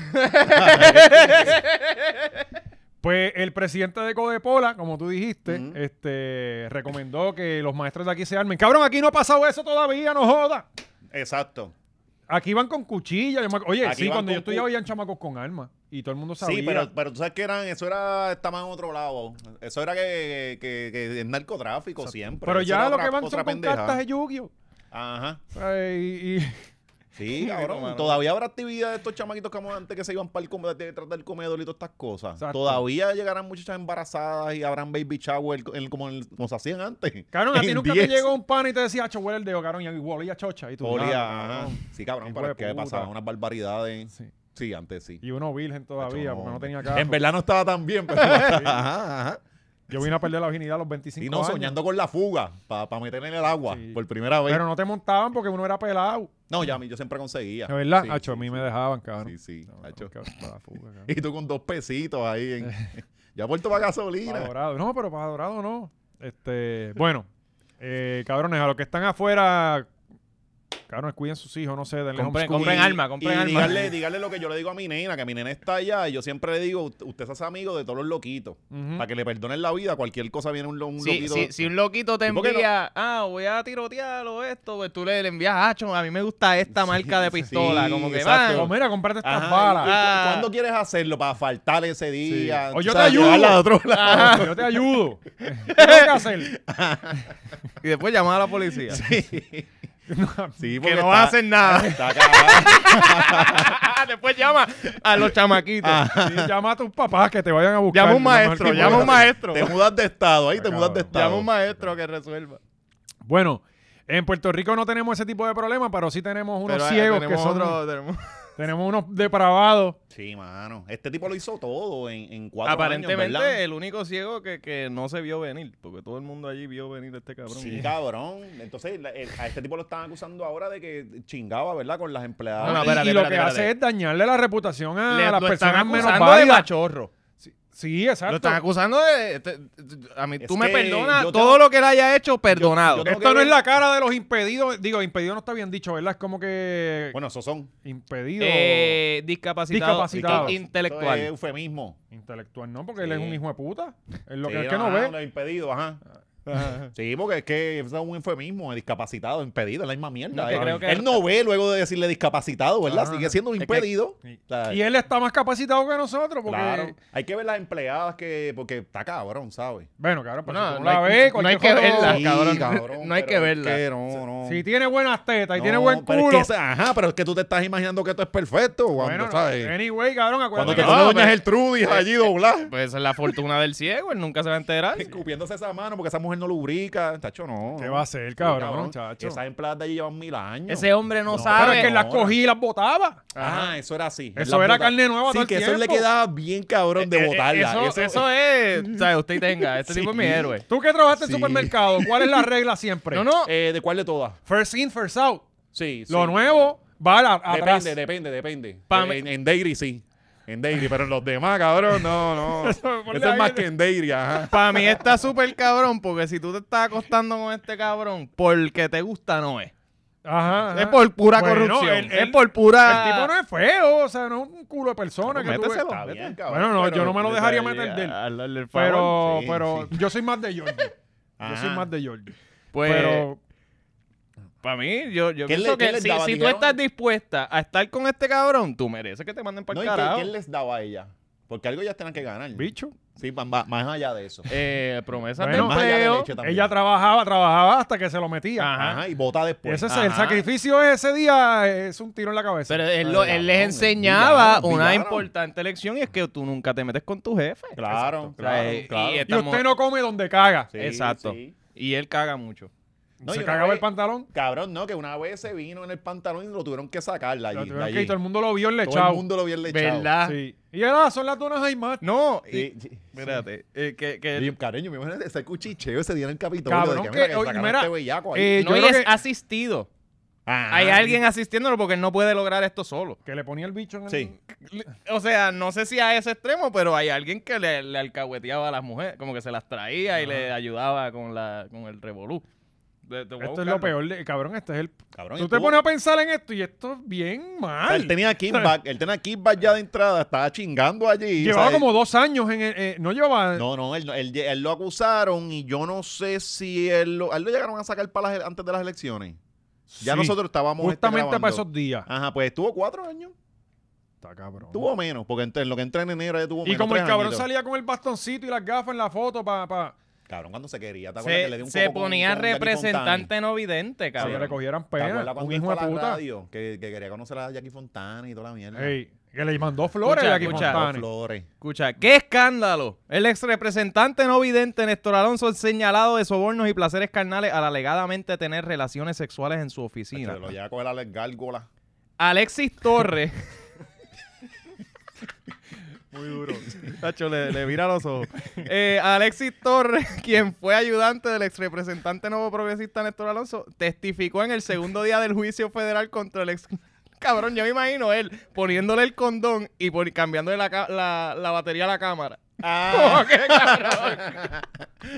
Pues el presidente de Codepola, como tú dijiste,
Ujú.
este, recomendó que los maestros de aquí se armen. Cabrón, aquí no ha pasado eso todavía, no joda.
Exacto.
Aquí van con cuchillas. yo me- Oye,
Aquí
sí,
van
cuando
con
yo estudiaba
cu-
habían chamacos con armas. Y todo el mundo sabía.
Sí, pero, pero tú sabes que eran, eso era, estaba en otro lado. Eso era que, que, que es narcotráfico siempre.
Pero
Eso
ya
era
lo
otra-
que van
otra
son con
pendeja.
cartas de Yu-Gi-Oh!
Ajá.
Ay, y-
Sí, cabrón.
mano.
Todavía habrá actividad de estos chamaquitos como antes que se iban para el come- detrás del comedor y todas estas cosas.
Exacto.
Todavía llegarán muchachas embarazadas y habrán baby shower el- como, el- como se hacían antes.
Cabrón, a ti
En
nunca
diez.
te llegó un pan y te decía, acho, huele el dedo, cabrón, y olía chocha. Y tú,
Olía,
"Ah,
ajá.
cabrón".
Sí, cabrón,
Hijo
pero
de
es que
puta.
pasaban unas barbaridades.
Sí.
Sí, antes sí.
Y uno virgen todavía,
Acho,
porque no tenía carro.
En verdad no estaba tan bien, pero... ajá, ajá.
Yo vine a perder la virginidad a los veinticinco
Y no,
años.
soñando con la fuga para meter en el agua
Sí.
por primera vez.
Pero no te montaban porque uno era pelado.
No, ya, a mí yo siempre conseguía.
De verdad,
Sí,
Hacho,
sí,
a mí
sí.
me dejaban, cabrón.
Sí, sí,
No,
Hacho.
cabrón, para la fuga, cabrón.
Y tú con dos pesitos ahí. En... ya vuelto para gasolina.
Para Dorado. No, pero para Dorado no. Este, bueno, eh, cabrones, a los que están afuera, Cabrón, cuiden sus hijos, no sé, denle
Compren,
homeschool.
compren
Y-
arma, compren
y
arma.
díganle, díganle lo que yo le digo a mi nena, que mi nena está allá y yo siempre le digo, usted se hace amigo de todos los loquitos.
Ujú.
Para que le perdonen la vida, cualquier cosa viene un, lo- un
Si,
loquito.
si, si un loquito te
¿Y por qué no?
envía, ah, voy a tirotear o esto, pues tú le, le envías, ah, cho, a mí me gusta esta marca de pistola.
sí,
como que,
exacto.
O
man,
mira, cómprate estas
Ajá,
balas.
¿y- y-
Ah.
¿Cuándo quieres hacerlo? Para faltar ese día.
O
Tú
yo te
sabes,
ayudo.
llevarla a otro lado.
Yo te ayudo. ¿Qué tengo que hacer?
y después llamar a la policía.
Sí,
que
porque
no vas a
está-
hacer nada.
Está acabado.
después llama a los chamaquitos.
Sí, llama a tus papás que te vayan a buscar.
Llama a un
lo mejor
maestro,
que
llama a un
puedas.
maestro.
Te mudas de estado, ahí te mudas de
Cabrón.
estado.
Llama a un maestro que resuelva.
Bueno, en Puerto Rico no tenemos ese tipo de problemas, pero sí tenemos unos
Pero, eh,
ciegos que
tenemos
son...
otro- tenemos-
Tenemos unos depravados.
Sí, mano. Este tipo lo hizo todo en, en cuatro
Aparentemente
años, ¿verdad?
el único ciego que, que no se vio venir, porque todo el mundo allí vio venir a este cabrón.
Sí, cabrón. Entonces, la- el- a este tipo lo están acusando ahora de que chingaba, ¿verdad? Con las empleadas.
No, no,
y,
espérate,
y lo
espérate,
que
espérate.
hace es dañarle la reputación a
Le-
las
lo están
personas menos
acusando de
válidas.
machorro.
Sí, exacto.
Lo están acusando de... te- te- a mí,
Es
tú me
que
perdonas
yo
todo
tengo-
lo que le haya hecho, perdonado.
yo tengo
Esto
que
no es
ver-
la cara de los impedidos. Digo, impedido no está bien dicho, ¿verdad? Es como que...
Bueno, esos son.
impedido
Eh, discapacitado,
Discapacitado.
i- intelectual.
Eso es eufemismo.
intelectual, ¿no? Porque
Sí.
él es un hijo de puta. Es lo
Sí,
que es que no
ajá,
ve.
Lo impedido, ajá. Sí, porque es que eso es un eufemismo, discapacitado, impedido, es la misma mierda.
No, que
él,
creo que-
él no ve luego de decirle discapacitado, ¿verdad?
Ajá.
Sigue siendo un
Es que-
impedido.
Sí.
O sea,
Y él está más capacitado que nosotros porque...
claro. Hay que ver las empleadas que, porque está cabrón, ¿sabes?
Bueno, cabrón, pues
No,
si tú
no
la
hay-
ves,
no hay
cualquier
que
jodo-
verla.
Sí,
cabrón. No hay
pero
que
es
verla.
que no, no.
Si tiene buenas tetas y
No,
tiene buen
pero es
culo...
que esa- ajá, pero es que tú te estás imaginando que esto es perfecto. Cuando,
bueno,
¿sabes?
anyway, cabrón,
Cuando
acuérdate
te
que...
no,
pone doña
pero-
Gertrudis allí doblada.
Pues esa es la fortuna del ciego, él nunca se va a enterar.
Escupiéndose esa mano porque esa mujer no lubrica. Tacho, no.
¿Qué
no.
va a hacer,
Sí,
cabrón, chacho?
Esas empleadas de allí llevan mil años.
Ese hombre no,
No,
sabe.
Pero es que él las
no,
cogía y las botaba.
Ajá, eso era así.
Eso
Las
era
bota-
carne nueva
Sí,
todo el
que eso le
tiempo.
quedaba bien cabrón de
Eh, eh,
botarla.
Eso,
Eso-
eso es, o sea, usted tenga, este
Sí.
tipo es mi héroe.
Tú que trabajaste en
Sí.
supermercado, ¿cuál es la regla siempre?
No, no,
Eh, ¿De cuál de todas?
First in, first out.
Sí,
Lo
sí.
nuevo va a la- atrás.
Depende, depende, depende.
Pa'
Eh,
mí-
en, en Dairy sí. En Dairy, pero en los demás, cabrón, no, no.
Eso,
Eso
ponle
es
ahí
más
el-
que en Dairy, ajá.
para mí está súper cabrón, porque si tú te estás acostando con este cabrón, porque te gusta no es.
Ajá, ajá.
Es por pura
Bueno,
corrupción.
él-
es
él-
por pura...
El tipo no es feo, o sea, no es un culo de persona que tú ves.
Méteselo.
Está bien, cabrón.
Bueno, no,
pero-
yo no me lo dejaría meter de él.
Hazle el favor.
Pero,
sí,
pero yo soy más de George. Yo
Ajá.
soy más de George.
Pues,
Pero,
para mí, yo, yo
¿Qué
pienso
le- qué
que
les
si,
daba?
si tú
Dijeron-
estás dispuesta a estar con este cabrón, tú mereces que te manden para
No,
el
¿y qué,
carajo.
qué les daba a ella? Porque algo ellas tenían que ganar.
bicho.
Sí, va- va- más allá de eso.
Eh, promesas
Bueno,
de
más allá de
empleo.
leche también.
Ella trabajaba, trabajaba hasta que se lo metía.
Ajá.
Ajá, y vota después.
Ese es el
Ajá.
sacrificio de ese día, es un tiro en la cabeza.
Pero él, lo-
Ay,
él les
cabrón,
enseñaba
villano,
una
villano.
importante lección y es que tú nunca te metes con tu jefe.
Claro,
O sea,
claro,
eh,
claro.
y
y
estamos-
usted no come donde caga.
Sí,
Exacto.
sí.
Y él caga mucho.
No,
se
y una
cagaba
vez-
el pantalón.
Cabrón, no, que una vez se vino en el pantalón y lo tuvieron que sacarla
Lo
allí.
tuvieron
de
que- y
allí.
todo el mundo lo vio en
Todo
lechado.
el mundo lo vio en lechado.
¿Verdad?
Sí. Y era, son las donas Aymat.
No, y-
Sí, sí.
espérate. eh, que, que
Y, cariño, me imagino ese cuchicheo ese día en el Capitolio.
Cabrón,
de que,
que-
mira, que
oye,
sacaron
mira,
este bellaco ahí.
eh,
no
yo
y
creo
es
que-
asistido.
Ajá.
Hay alguien asistiéndolo porque él no puede lograr esto solo.
Que le ponía el bicho en el...
Sí.
O sea, no sé si a ese extremo, pero hay alguien que le, le alcahueteaba a las mujeres, como que se las traía y le ayudaba con la con el revolú. De- te voy a
Esto es lo
buscarlo.
peor. De, cabrón, este es el...
Cabrón,
Tú
y
te
tú-
pones a pensar en esto y esto es bien
O sea,
mal.
él tenía kickback, él tenía kickback ya de entrada, estaba chingando allí.
Llevaba
o sea,
como dos años en... el- eh, no llevaba...
No, no, él, no- él, él lo acusaron y yo no sé si él lo, a él lo llegaron a sacar para las, antes de las elecciones. Ya
Sí,
nosotros estábamos este,
justamente
grabando.
para esos días.
Ajá, pues estuvo cuatro años.
Está cabrón.
Tuvo menos, porque entre, en lo que entra en enero ya tuvo menos.
Y como el
tres
cabrón
añitos.
salía con el bastoncito y las gafas en la foto para... Pa,
Cabrón, cuando se quería, ¿te acuerdas que le
Se,
dio un
se
coco con-
ponía
con Jackie
representante
Fontana?
no vidente,
para que
cabrón.
le cogieran
¿Te
pena.
acuerdas cuando
Un
él
hijo
fue
de
a la
puta.
radio? Que, que quería conocer a Jackie Fontana y toda la mierda.
Ey, que le mandó flores
Escucha,
a Jackie
escucha.
Fontana.
Flores.
Escucha, ¡qué escándalo! El ex representante no vidente Néstor Alonso es señalado de sobornos y placeres carnales al alegadamente tener relaciones sexuales en su oficina.
Se lo lleva a coger a las gárgolas.
Alexis Torres.
Muy duro.
Tacho, le, le vira los ojos. Eh, Alexis Torres, quien fue ayudante del ex representante nuevo progresista Néstor Alonso, testificó en el segundo día del juicio federal contra el ex... Cabrón, yo me imagino él poniéndole el condón y por, cambiándole la, ca- la, la batería a la cámara.
Ah.
¿Cómo que, cabrón?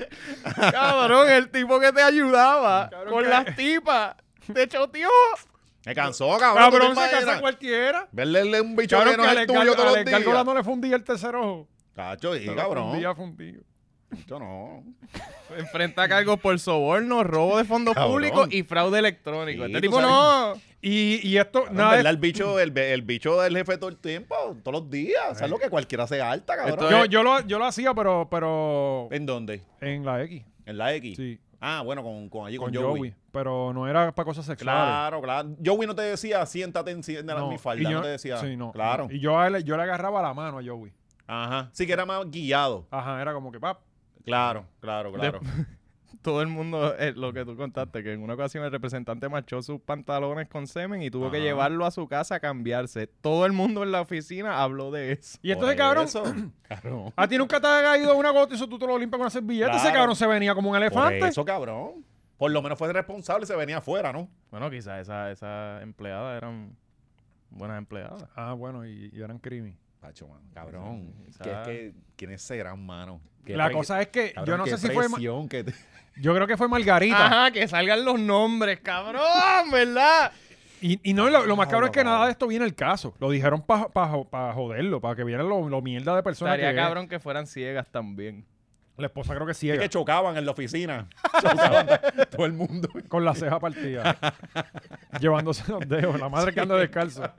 Cabrón, el tipo que te ayudaba
Cabrón,
con
que-
las tipas te choteó.
Me cansó, cabrón. ¿tú te
Cabrón, se
imaginas?
casa cualquiera.
Verle un bicho
Cabrón,
que no
que
es
al
el tuyo todos los
Edgar- al Gárgola
días.
no le fundía el tercer ojo.
Cacho, sí,
Se lo
cabrón.
fundía fundido.
Yo no.
Enfrenta cargos por soborno, robo de fondos
Cabrón.
públicos y fraude electrónico.
Sí,
este
tú
tipo
sabes.
no.
Y, y esto,
Cabrón,
nada,
¿verdad?
de-
El bicho, el, el bicho del jefe todo el tiempo, todos los días. ¿Sabes lo que cualquiera se alta, cabrón?
Esto
yo, yo, lo, yo lo hacía, pero, pero
¿En dónde?
en la X.
¿En la X?
Sí,
Ah, bueno, con, con allí, con,
con
Joey.
Joey. Pero no era para cosas sexuales.
Claro, claro. Joey no te decía, siéntate en, en
No,
mi falda,
y yo-
no te decía.
Sí, no.
Claro.
Y yo, a él- yo le agarraba la mano a Joey.
Ajá. Sí que era más guiado.
Ajá, era como que, pap.
Claro, claro, claro.
Todo el mundo, eh, lo que tú contaste, que en una ocasión el representante marchó sus pantalones con semen y tuvo que
Ajá.
llevarlo a su casa a cambiarse. Todo el mundo en la oficina habló de eso.
Y entonces, cabrón,
Eso. Cabrón.
a ti nunca te ha caído una gota y eso tú te lo limpias con una servilleta. Ese
Claro.
cabrón se venía como un
Por
elefante.
eso, cabrón. Por lo menos fue responsable y se venía afuera, ¿no?
Bueno, quizás esas esa empleadas eran buenas empleadas.
Ah, bueno, y, y eran criminales.
Pacho, man, cabrón.
Sí,
Que es
esa-
que, ¿quiénes serán, mano? Qué
La
pre-
cosa es que
cabrón,
yo no
qué
sé si fue. Ma-
presión que te-
Yo creo que fue Margarita.
Ajá, que salgan los nombres, cabrón, ¿verdad?
Y, y no, lo, lo más cabrón es que
cabrón.
nada de esto viene el caso. Lo dijeron para pa, joderlo, para que vieran lo, lo mierda de personas
Estaría
que es.
cabrón que fueran ciegas también.
La esposa creo que
Es
ciega.
que chocaban en la oficina. Chocaban todo el mundo.
Con la ceja partida. Llevándose los dedos. La madre que anda descalza.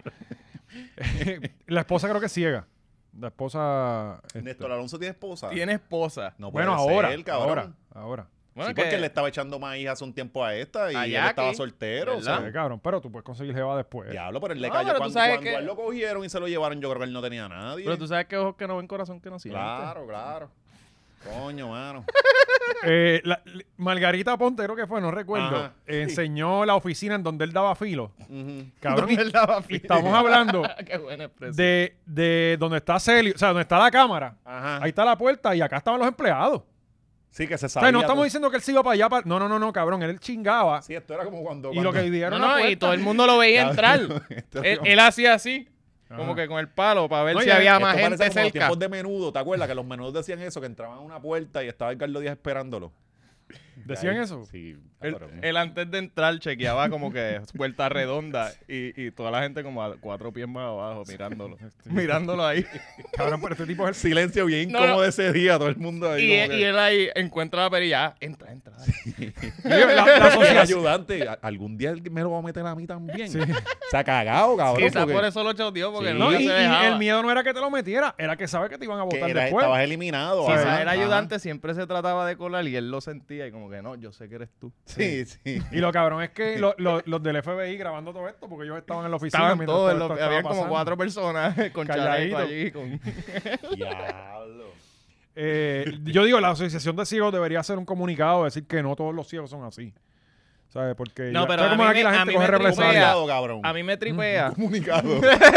La esposa creo que es ciega. La esposa. este,
Néstor Alonso tiene esposa.
Tiene esposa.
No puede
bueno, ahora.
ser, cabrón.
ahora. Ahora.
Bueno,
Sí,
que
porque le estaba echando maíz hace un tiempo a esta y
A
él
Jackie,
estaba soltero.
¿verdad?
o sea,
Sí, cabrón, pero tú puedes conseguir jeva después.
Diablo, pero él le
No,
cayó.
pero tú
Cuando,
sabes
cuando
que-
a él lo cogieron y se lo llevaron, yo creo que él no tenía a nadie.
Pero tú sabes que ojos que no ven, corazón que no siente.
Claro, claro. Coño, mano.
Eh, la- la- Margarita Ponte, creo que fue, no recuerdo.
Ajá,
eh, enseñó la oficina en donde él daba filo.
Ujú.
Cabrón, y-
¿Dónde él daba
y
filo?
estamos hablando
Qué buena expresión.
de, de donde está Celio, o sea, donde está la cámara.
Ajá.
Ahí está la puerta y acá estaban los empleados.
Sí, que se
O
sabía.
sea, no estamos
tú-
diciendo que él se iba para allá. Para... No, no, no, no, cabrón. Él chingaba.
Sí, esto era como cuando.
Y lo que
cuando-
dieron
No,
la
no, y
puerta.
todo el mundo lo veía entrar.
Esto
él,
era-
él hacía así,
Ajá.
como que con el palo, para ver
No,
si
y
había
esto
más
parece
gente
como los
cerca.
tiempos de menudo, ¿te acuerdas? Que los menudos decían eso, que entraban a una puerta y estaba el Carlos Díaz esperándolo.
¿Decían
Ahí-
eso?
Sí,
Él,
cabrón.
él antes de entrar chequeaba como que puerta redonda y, y toda la gente como a cuatro pies más abajo mirándolo. mirándolo ahí.
Cabrón, pero este tipo es el...
Silencio bien
No,
incómodo
no.
ese día, todo el mundo ahí.
Y,
como
él-
que-
y él ahí encuentra la perilla. Ah, entra, entra.
La, la
Y el
asociación.
ayudante, "A- algún día él me lo va a meter a mí también. Se ha cagado, cabrón.
Quizás
porque
por eso lo choteó, porque
Sí.
no,
No, y,
se
y
dejaba.
el miedo no era que te lo metiera, era que sabes que te iban a
que
votar
era-
después.
estabas eliminado.
Sí,
Quizás
ajá,
el
ajá.
ayudante siempre se trataba de colar y él lo sentía y como que no, yo sé que eres tú.
Sí, sí.
Y lo cabrón es que lo- lo- los del F B I grabando todo esto, porque ellos estaban en la oficina.
Estaban
mientras
todos,
todo
en los-
esto estaba
habían como
pasando.
cuatro personas con
Calladito.
chaleco allí. Con...
Diablo.
Eh, yo digo, la asociación de ciegos debería hacer un comunicado, decir que no todos los ciegos son así. ¿Sabes? Porque
No,
ya-
pero
¿sabes
a
cómo
mí
aquí
me-
la
a
gente
mí
coge
me tripea.
represalias?
Comunicado, cabrón.
A mí me tripea.
Comunicado.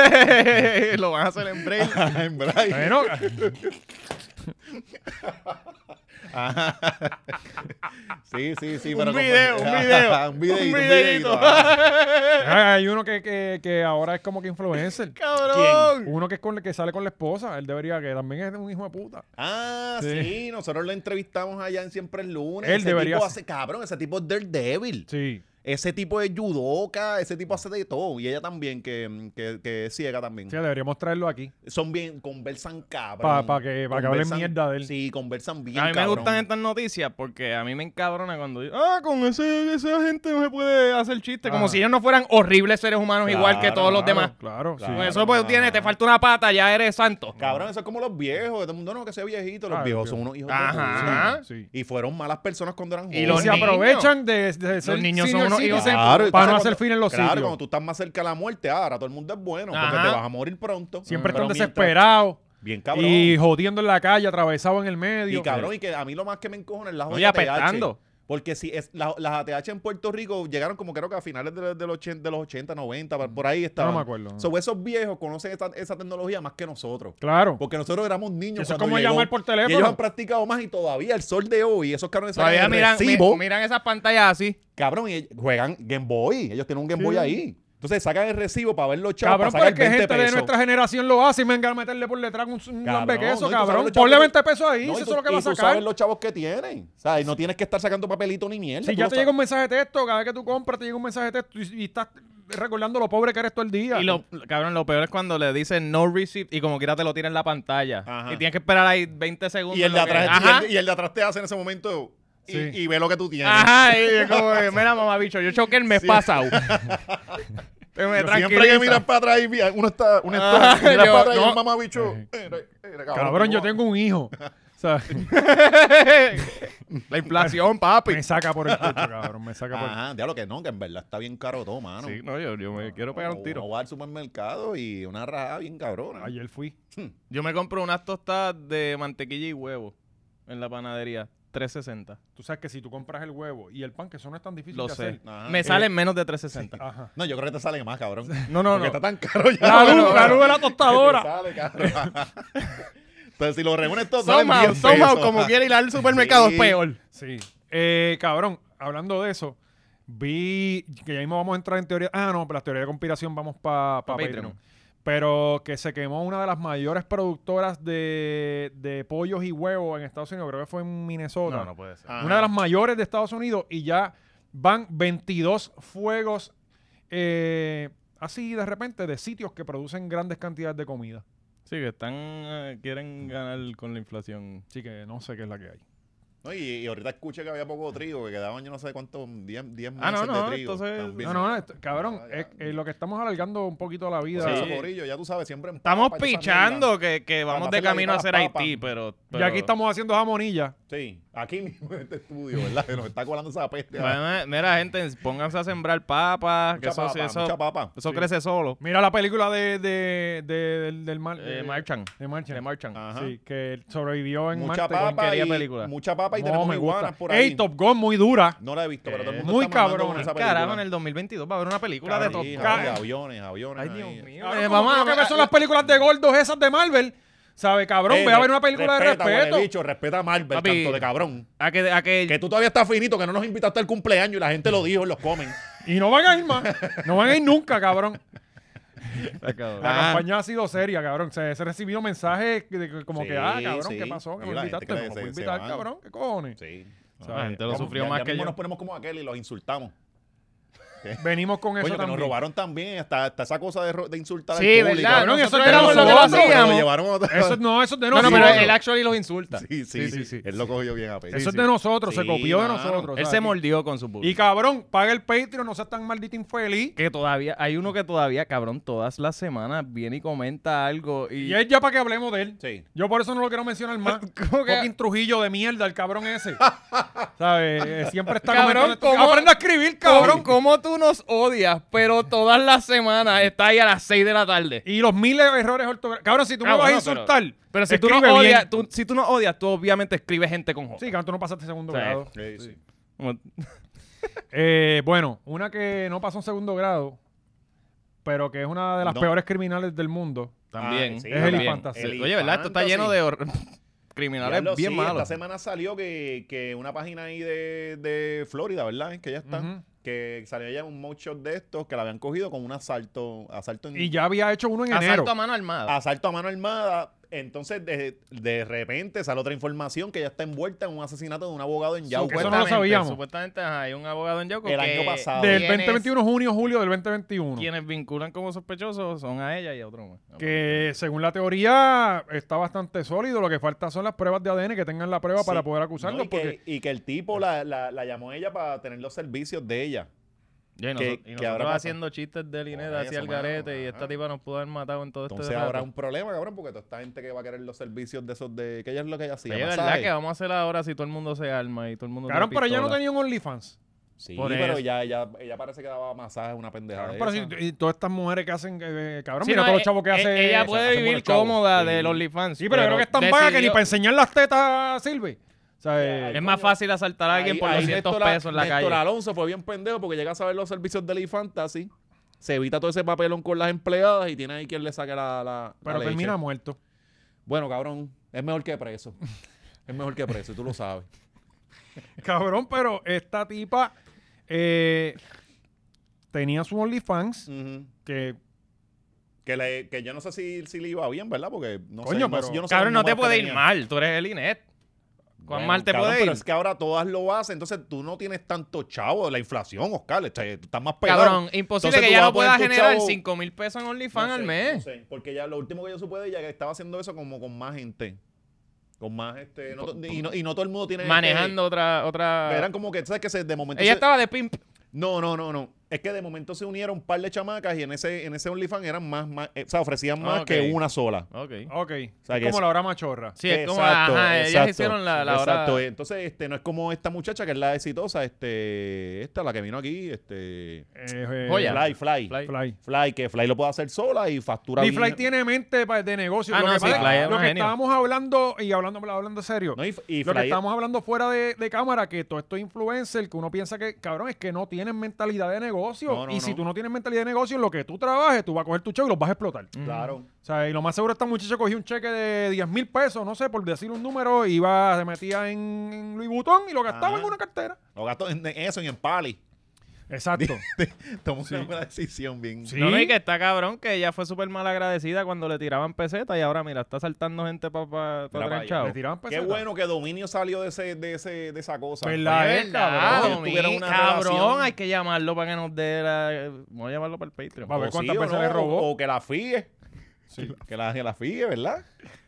Lo van a hacer en braille.
En braille.
Bueno,
Sí, sí, sí.
Un
pero como-
video, un video.
un videito,
Un
un
videito.
videito, ajá.
hay uno que, que, que ahora es como que influencer.
¡Cabrón!
Uno que es con que sale con la esposa, él debería, que también es un hijo de puta.
Ah,
Sí.
sí. Nosotros lo entrevistamos allá en Siempre el Lunes.
Él
ese
debería
tipo
ser-
hace, cabrón, ese tipo es Daredevil.
Sí.
Ese tipo es judoka, ese tipo hace de todo. Y ella también, que, que, que es ciega también.
Sí, deberíamos traerlo aquí.
Son bien, conversan cabrón.
Pa- pa que- pa que hablen
Conversan-
mierda de él.
Sí, conversan bien
A mí me
cabrón.
gustan estas noticias porque a mí me encabrona cuando digo, ah, con ese, esa gente no se puede hacer chiste. Como
Ah.
si ellos no fueran horribles seres humanos igual que
Claro,
todos los
Claro,
demás.
Claro,
Claro.
sí.
Con eso pues tienes, te falta una pata, ya eres santo.
Cabrón, eso es como los viejos. Todo el mundo no, que sea viejito. Los
Ah,
viejos
los
son unos hijos de
Ajá.
puta.
Sí.
Y fueron malas personas cuando eran
Y
jóvenes.
Y
los
se
niños.
aprovechan de, de ser
niños son
senior
unos
citizen
hijos de-
Claro,
para no
entonces
hacer
cuando-
fin en los
Claro,
sitios.
cuando tú estás más cerca de la muerte, ahora todo el mundo es bueno, porque
Ajá.
te vas a morir pronto.
Siempre
Pero
están
mientras-
desesperados
Bien cabrón.
y jodiendo en la calle, atravesados en el medio.
Y cabrón, y que a mí lo más que me encojona es la
Oye,
jodida A T H.
apestando.
Porque si es, la- las A T H en Puerto Rico llegaron como creo que a finales de, de los, ochenta, de los ochenta, noventa, por- por ahí estaban.
No me acuerdo.
So, esos viejos conocen esa, esa tecnología más que nosotros.
Claro.
Porque nosotros éramos niños.
Eso es
cuando
como
llegó,
llamar por teléfono.
Y ellos han practicado más y todavía el sol de hoy, esos cabrones
Todavía
sacan el
miran,
recibo,
mi- miran esas pantallas así.
cabrón, y ellos juegan Game Boy. Ellos tienen un Game
Sí.
Boy ahí. Entonces sacan el recibo para ver los chavos,
Cabrón,
para
pero es
sacar
que
veinte
gente de
pesos.
nuestra generación lo hace y venga a meterle por detrás un, un
Cabrón,
lambe queso,
no, y tú sabes
cabrón.
los chavos
Ponle
que-
veinte pesos ahí,
No,
si
y
eso
tú-
es lo que
y
va a
tú
sacar.
sabes los chavos que tienen. O sea, y no tienes que estar sacando papelito ni mierda.
Si
tú
ya
lo
te
sabes.
llega un mensaje de texto, cada vez que tú compras te llega un mensaje de texto y, y estás recordando lo pobre que eres todo el día.
Y lo, cabrón, lo peor es cuando le dicen no receipt y como quiera te lo tira en la pantalla.
Ajá.
Y tienes que esperar ahí veinte segundos.
Y el, de
en lo que-
atrás, y,
Ajá.
el, y el de atrás te hace en ese momento y,
Sí.
y ve lo que tú tienes.
Ajá, y es como, que, mira, mamá bicho, yo choqué el mes
Sí.
pasado. Pero me
Yo siempre que
tranquiliza.
miras para atrás y mira, uno está, uno
Ah,
está, mira
yo-
para atrás y
no.
el mamá bicho. Era, era,
Cabrón, yo tengo un hijo. O sea,
La inflación, papi.
me saca por el techo, cabrón. Me saca por el
Ajá, diablo que no, que en verdad está bien caro todo, mano.
Sí, no, yo, yo me quiero pegar un tiro.
Uno va al supermercado y una rajada bien cabrona.
Ayer fui.
Yo me compro unas tostadas de mantequilla y huevo en la panadería. tres sesenta.
Tú sabes que si tú compras el huevo y el pan, que eso no es tan difícil
Lo
de
sé.
hacer.
Ajá.
Me
Eh,
salen menos de tres sesenta.
Ajá.
No, yo creo que te sale más, cabrón.
No, no,
Porque
no.
está tan caro ya.
La luz,
Pero-
la luz de la
Te
tostadora.
sale, cabrón. Entonces, si lo reúnes todo, salen
Somehow,
diez
somehow,
pesos.
como quiere ir al supermercado
Sí.
es peor.
Sí. Eh, cabrón, hablando de eso, vi que ya mismo vamos a entrar en teoría. Ah, no, las teorías de conspiración vamos para
Pa'
Patreon.
Patreon.
Pero que se quemó una de las mayores productoras de, de pollos y huevos en Estados Unidos, creo que fue en Minnesota.
No, no puede ser.
Ajá.
Una de las mayores de Estados Unidos y ya van veintidós fuegos eh, así de repente de sitios que producen grandes cantidades de comida.
Sí, que están, eh, quieren ganar con la inflación.
Así que no sé qué es la que hay.
No, y, y ahorita escuché que había poco trigo, que quedaban yo no sé cuántos, diez meses
Ah, no, no,
de trigo.
entonces-
también.
No, no, no, esto- cabrón,
Ah, ya.
es, es lo que estamos alargando un poquito la vida.
Sí,
Sí.
eso, corillo, ya tú sabes, siempre en
Estamos
papa y esa
pichando
mierda.
que, que vamos
Para
de
hacer la
camino a
vida
hacer
las papas.
Haití, pero,
Y
pero-
aquí estamos haciendo jamonilla.
Sí, aquí mismo en este estudio, ¿verdad? Que nos está colando esa peste.
Bueno, mira, gente, pónganse a sembrar papas, que
Mucha
eso,
papa,
eso,
mucha papa.
eso
Sí.
crece solo.
Mira la película de, de, de- del, del mar,
Eh,
de-
marchan.
de Marchan.
De marchan.
Ajá.
Sí, que sobrevivió en
Mucha
Marte.
papa
porquería
y,
película.
mucha papa y
No,
tenemos
me gusta.
iguanas por ahí.
Ey, Top Gun, muy dura.
No la he visto, pero todo el
Eh,
mundo
muy
está mamando
cabrona.
con esa
Carajo,
película.
en el dos mil veintidós va a haber una película de
Sí,
Top
sí,
Gun.
de aviones, aviones.
Ay,
ahí.
Dios mío.
Cabrón,
Eh,
como
vamos a
creo que son las películas de gordos esas de Marvel. ¿Sabe, cabrón?
Eh,
Ve a ver una película
respeta,
de respeto.
huele bicho, respeta a Marvel,
Papi.
tanto de cabrón.
A que, a que,
Que tú todavía estás finito, que no nos invitaste al cumpleaños y la gente lo dijo en los comen.
Y no van a ir más. No van a ir nunca, cabrón. La
Ah.
campaña ha sido seria, cabrón. Se, se ha recibido mensajes de que como
Sí,
que, ah, cabrón,
sí.
¿qué pasó? Que
Y
me
la
invitaste.
gente
No
que
me
se-
voy a
se
invitar,
van.
cabrón. ¿Qué cojones?
Sí.
la gente lo
Ya-
sufrió
ya
más que
mismo
yo.
nos ponemos como aquel y los insultamos.
Venimos con eso
Coño, que nos
también.
robaron también hasta, hasta esa cosa de, ro- de insultar
Sí,
al público.
¿verdad?
Cabrón, eso
Nosotros
es de
éramos lo que lo
nosotros.
Pero lo
hacíamos.
llevaron a otra-
Eso no, eso es de
No, no,
nosotros.
pero él actually los insulta.
Sí, sí,
Sí, sí, sí.
Él lo cogió bien a pecho.
Eso es de nosotros, se
Sí,
copió de
mano.
nosotros.
Él
¿sabes?
se mordió con su público.
Y cabrón, paga el Patreon, no seas tan maldito infeliz.
Que todavía, hay uno que todavía, cabrón, todas las semanas viene y comenta algo. Y,
Y es ya para que hablemos de él.
Sí.
Yo por eso no lo quiero mencionar más.
¿Cómo que?
Fucking Trujillo de mierda, el cabrón ese. ¿Sabes? Eh, Siempre está
Cabrón,
comentando. esto.
¿cómo-
Aprende a escribir,
Cabrón,
cabrón.
¿cómo tú nos odias? Pero todas las semanas está ahí a las seis de la tarde.
Y los miles de errores ortográficos. Cabrón, si tú
Ah,
me vas
bueno,
a insultar,
Pero, pero si, tú no
escribe bien.
odias, tú, si tú no odias, tú obviamente escribes gente con J.
Sí, cabrón, tú no pasaste segundo
Sí.
grado.
Sí, sí.
Como-
Eh, bueno, una que no pasó en segundo grado, pero que es una de las
No.
peores criminales del mundo.
También.
Ah, sí,
Es
también.
el Fantasy.
Sí. Oye, ¿verdad? Esto está
Fantasy.
lleno de hor- criminales
Diablo,
bien
sí,
malos.
Esta semana salió que, que una página ahí de, de Florida, ¿verdad? Que ya está.
Ujú.
Que salió ya un mugshot de estos que la habían cogido con un asalto. Asalto en,
Y ya había hecho uno en enero.
Asalto a mano armada.
asalto a mano armada. Entonces, de, de repente sale otra información que ya está envuelta en un asesinato de un abogado en Yauco.
Eso no lo sabíamos.
Supuestamente ajá, hay un abogado en Yauco
El
que
año pasado.
Del
quienes-
veinte veintiuno, junio, julio del veinte veintiuno.
Quienes vinculan como sospechosos son a ella y a otro más.
Que según la teoría está bastante sólido. Lo que falta son las pruebas de A D N que tengan la prueba
Sí.
para poder acusarlo.
No, y,
porque
que, y que el tipo la, la, la llamó a ella para tener los servicios de ella.
Ya, y,
que-
nosotros, y
que
nosotros
ahora pasa.
haciendo chistes de Lineda
Por
hacia el
eso,
garete
mano,
y
ajá.
esta tipa nos pudo haber matado en todo
Entonces
este
ahora
rato.
un problema, cabrón, porque toda esta gente que va a querer los servicios de esos de... que ella es lo que ella hacía,
Oye, ¿verdad
masaje.
que vamos a hacer ahora si todo el mundo se arma y todo el mundo
Cabrón,
tiene
pero ella no
pistola?
tenía un OnlyFans.
Sí,
Por
pero
eso.
ella, ella, ella parece que daba masajes, una pendejada
Cabrón,
de
pero
esa.
si, y todas estas mujeres que hacen, eh, cabrón,
Sí,
mira
no,
todos los
eh,
chavos que
eh,
hace.
Ella
hacen
puede
buenos
vivir
chavos.
cómoda
Sí.
de los OnlyFans.
Sí, pero creo que es tan vaga que ni
decidió-
para enseñar las tetas sirve. O sea, eh,
Es más fácil asaltar a alguien
Ahí-
por
ahí
doscientos
Néstor-
pesos en la
Néstor
calle.
Alonso fue bien pendejo porque llega a saber los servicios de Elite Fantasy, se evita todo ese papelón con las empleadas y tiene ahí quien le saque la, la,
pero
la
termina
leche.
muerto.
Bueno, cabrón, es mejor que preso. Es mejor que preso, y tú lo sabes.
Cabrón, pero esta tipa eh, tenía su OnlyFans
Ujú.
que.
Que, le, que yo no sé si, si le iba bien, ¿verdad? Porque no
Coño,
sé, no-
pero-
yo no sé
Cabrón,
los
no te
números que
puede ir
tenía.
mal. Tú eres el Inet. ¿Cuán
Bueno,
mal te
cabrón,
puede
pero
ir?
es que ahora todas lo hacen, entonces tú no tienes tanto chavo, la inflación, Oscar, está- tú estás más pegado.
Cabrón, imposible
Entonces
que
tú
ya
vas
no
a poner
pueda
tu
generar
chavo-
cinco mil pesos en OnlyFans
No
al
sé,
mes.
no sé, porque ya lo último que yo supe de ella que estaba haciendo eso como con más gente. Con más, este, no to- y, no, y no todo el mundo tiene...
Manejando otra...
este,
otra...
eran como que, ¿sabes? Que se, de momento...
Ella
se-
estaba de pimp.
No, no, no, no. Es que de momento se unieron un par de chamacas y en ese, en ese OnlyFans eran más, más eh, o sea, ofrecían más
Ok.
que una sola.
Ok.
Ok.
sea,
es
que
como
es-
la hora machorra.
Sí, es como...
Exacto,
Ajá, ellas
exacto,
hicieron la, la hora...
Exacto. Entonces, este, no es como esta muchacha que es la exitosa, este, esta, la que vino aquí, este...
Eh, eh,
Joya.
Fly, Fly,
Fly.
Fly.
Fly.
que Fly lo puede hacer sola y factura
Mi
bien.
Fly tiene mente pa- de negocio.
Ah,
lo
no,
que,
sí,
pasa es
Fly es
lo
una
que
genio.
estábamos hablando, y hablando, hablando serio,
No, y, y
lo que
Fly-
estábamos hablando fuera de, de cámara, que todos estos influencers, que uno piensa que, cabrón, es que no tienen mentalidad de negocio.
No, no,
y si
no.
tú no tienes mentalidad de negocio, en lo que tú trabajes, tú vas a coger tu cheque y los vas a explotar.
Claro.
O sea, y lo más seguro, esta muchacha cogió un cheque de diez mil pesos, no sé, por decir un número, iba, se metía en, en Louis Vuitton y lo gastaba
Ajá.
en una cartera.
Lo gasto en en eso y en Pali.
Exacto.
Tomó una buena decisión bien.
Sí.
No, no, y que está cabrón, que ella fue súper mal agradecida cuando le tiraban pesetas y ahora, mira, está saltando gente para pa, pa
Mira pa'
traer
allá.
chavo.
Le tiraban
Qué
pesetas.
bueno que Dominio salió de ese, de ese, de esa cosa.
¿Verdad?
Oye,
es,
Ah,
cabrón.
ellos tuvieron
Domi,
una
cabrón,
relación.
hay que llamarlo para que nos dé la... Voy a llamarlo para el Patreon.
Va a ver
o
cuántas
sí o
veces
no,
le robó.
O, o que la fíe. Que la, que la fíe, ¿verdad?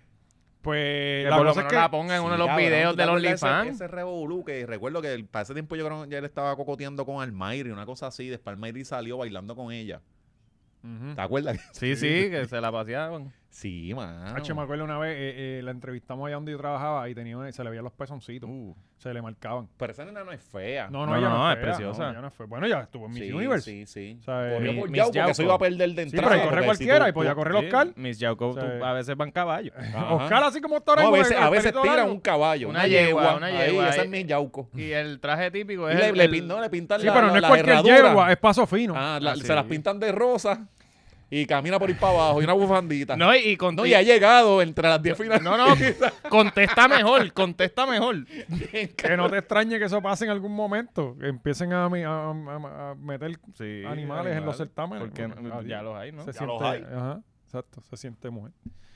Pues
Que
la
por lo
cosa es
menos
que...
la ponga en uno de
Sí,
los
cabrón,
videos
¿tú te
del
acuerdas ese-
OnlyFans.
Ese revolú que recuerdo que para ese tiempo yo creo que ya él estaba cocoteando con Almayri, una cosa así. Después Almayri salió bailando con ella.
Ujú.
¿Te acuerdas?
Sí, sí, que se la paseaban.
Sí, man.
Hacho, me acuerdo una vez, eh, eh, la entrevistamos allá donde yo trabajaba y tenía, se le veían los pezoncitos.
Uh,
Se le marcaban.
pero esa nena no es fea.
No, no,
No,
ella no,
no,
es
es
fea,
preciosa.
no, ella no fue. Bueno, ya estuvo en Miss
sí,
Universe.
sí, sí.
O sea,
Corrió
mi-
por
Miss
Yauco, porque eso
Yauco.
iba a perder de
Sí,
entrada.
pero ahí corre
porque si
cualquiera
tú-
y podía
tú-
correr Oscar.
Miss Yauco, tú-
Sí.
a veces van caballos.
Ajá.
Oscar así como está ahora
No, a
mismo,
veces,
el-
a
el
veces
pelito
tira
largo.
un caballo.
Una yegua, una
Ahí,
yegua,
ese
ahí.
es mi Yauco.
Y el traje típico
Y
es
le,
el-
le,
el-
pin- no, le pintan
Sí,
la,
pero no
la-
es
la
cualquier
herradura.
yegua, es paso fino.
Ah, la-
Ah,
se
sí.
las pintan de rosa y camina por ir para abajo y una bufandita.
No, y, y con-
No, y ha llegado entre las diez finales.
No, no, contesta mejor, contesta mejor.
Que no te extrañe que eso pase en algún momento. Que empiecen a, mi- a- a- a meter
Sí,
animales en los certámenes.
Porque
Porque,
no-
ah,
ya los hay, ¿no?
Se
Ya
siente,
los hay.
Ajá, exacto, se siente mujer.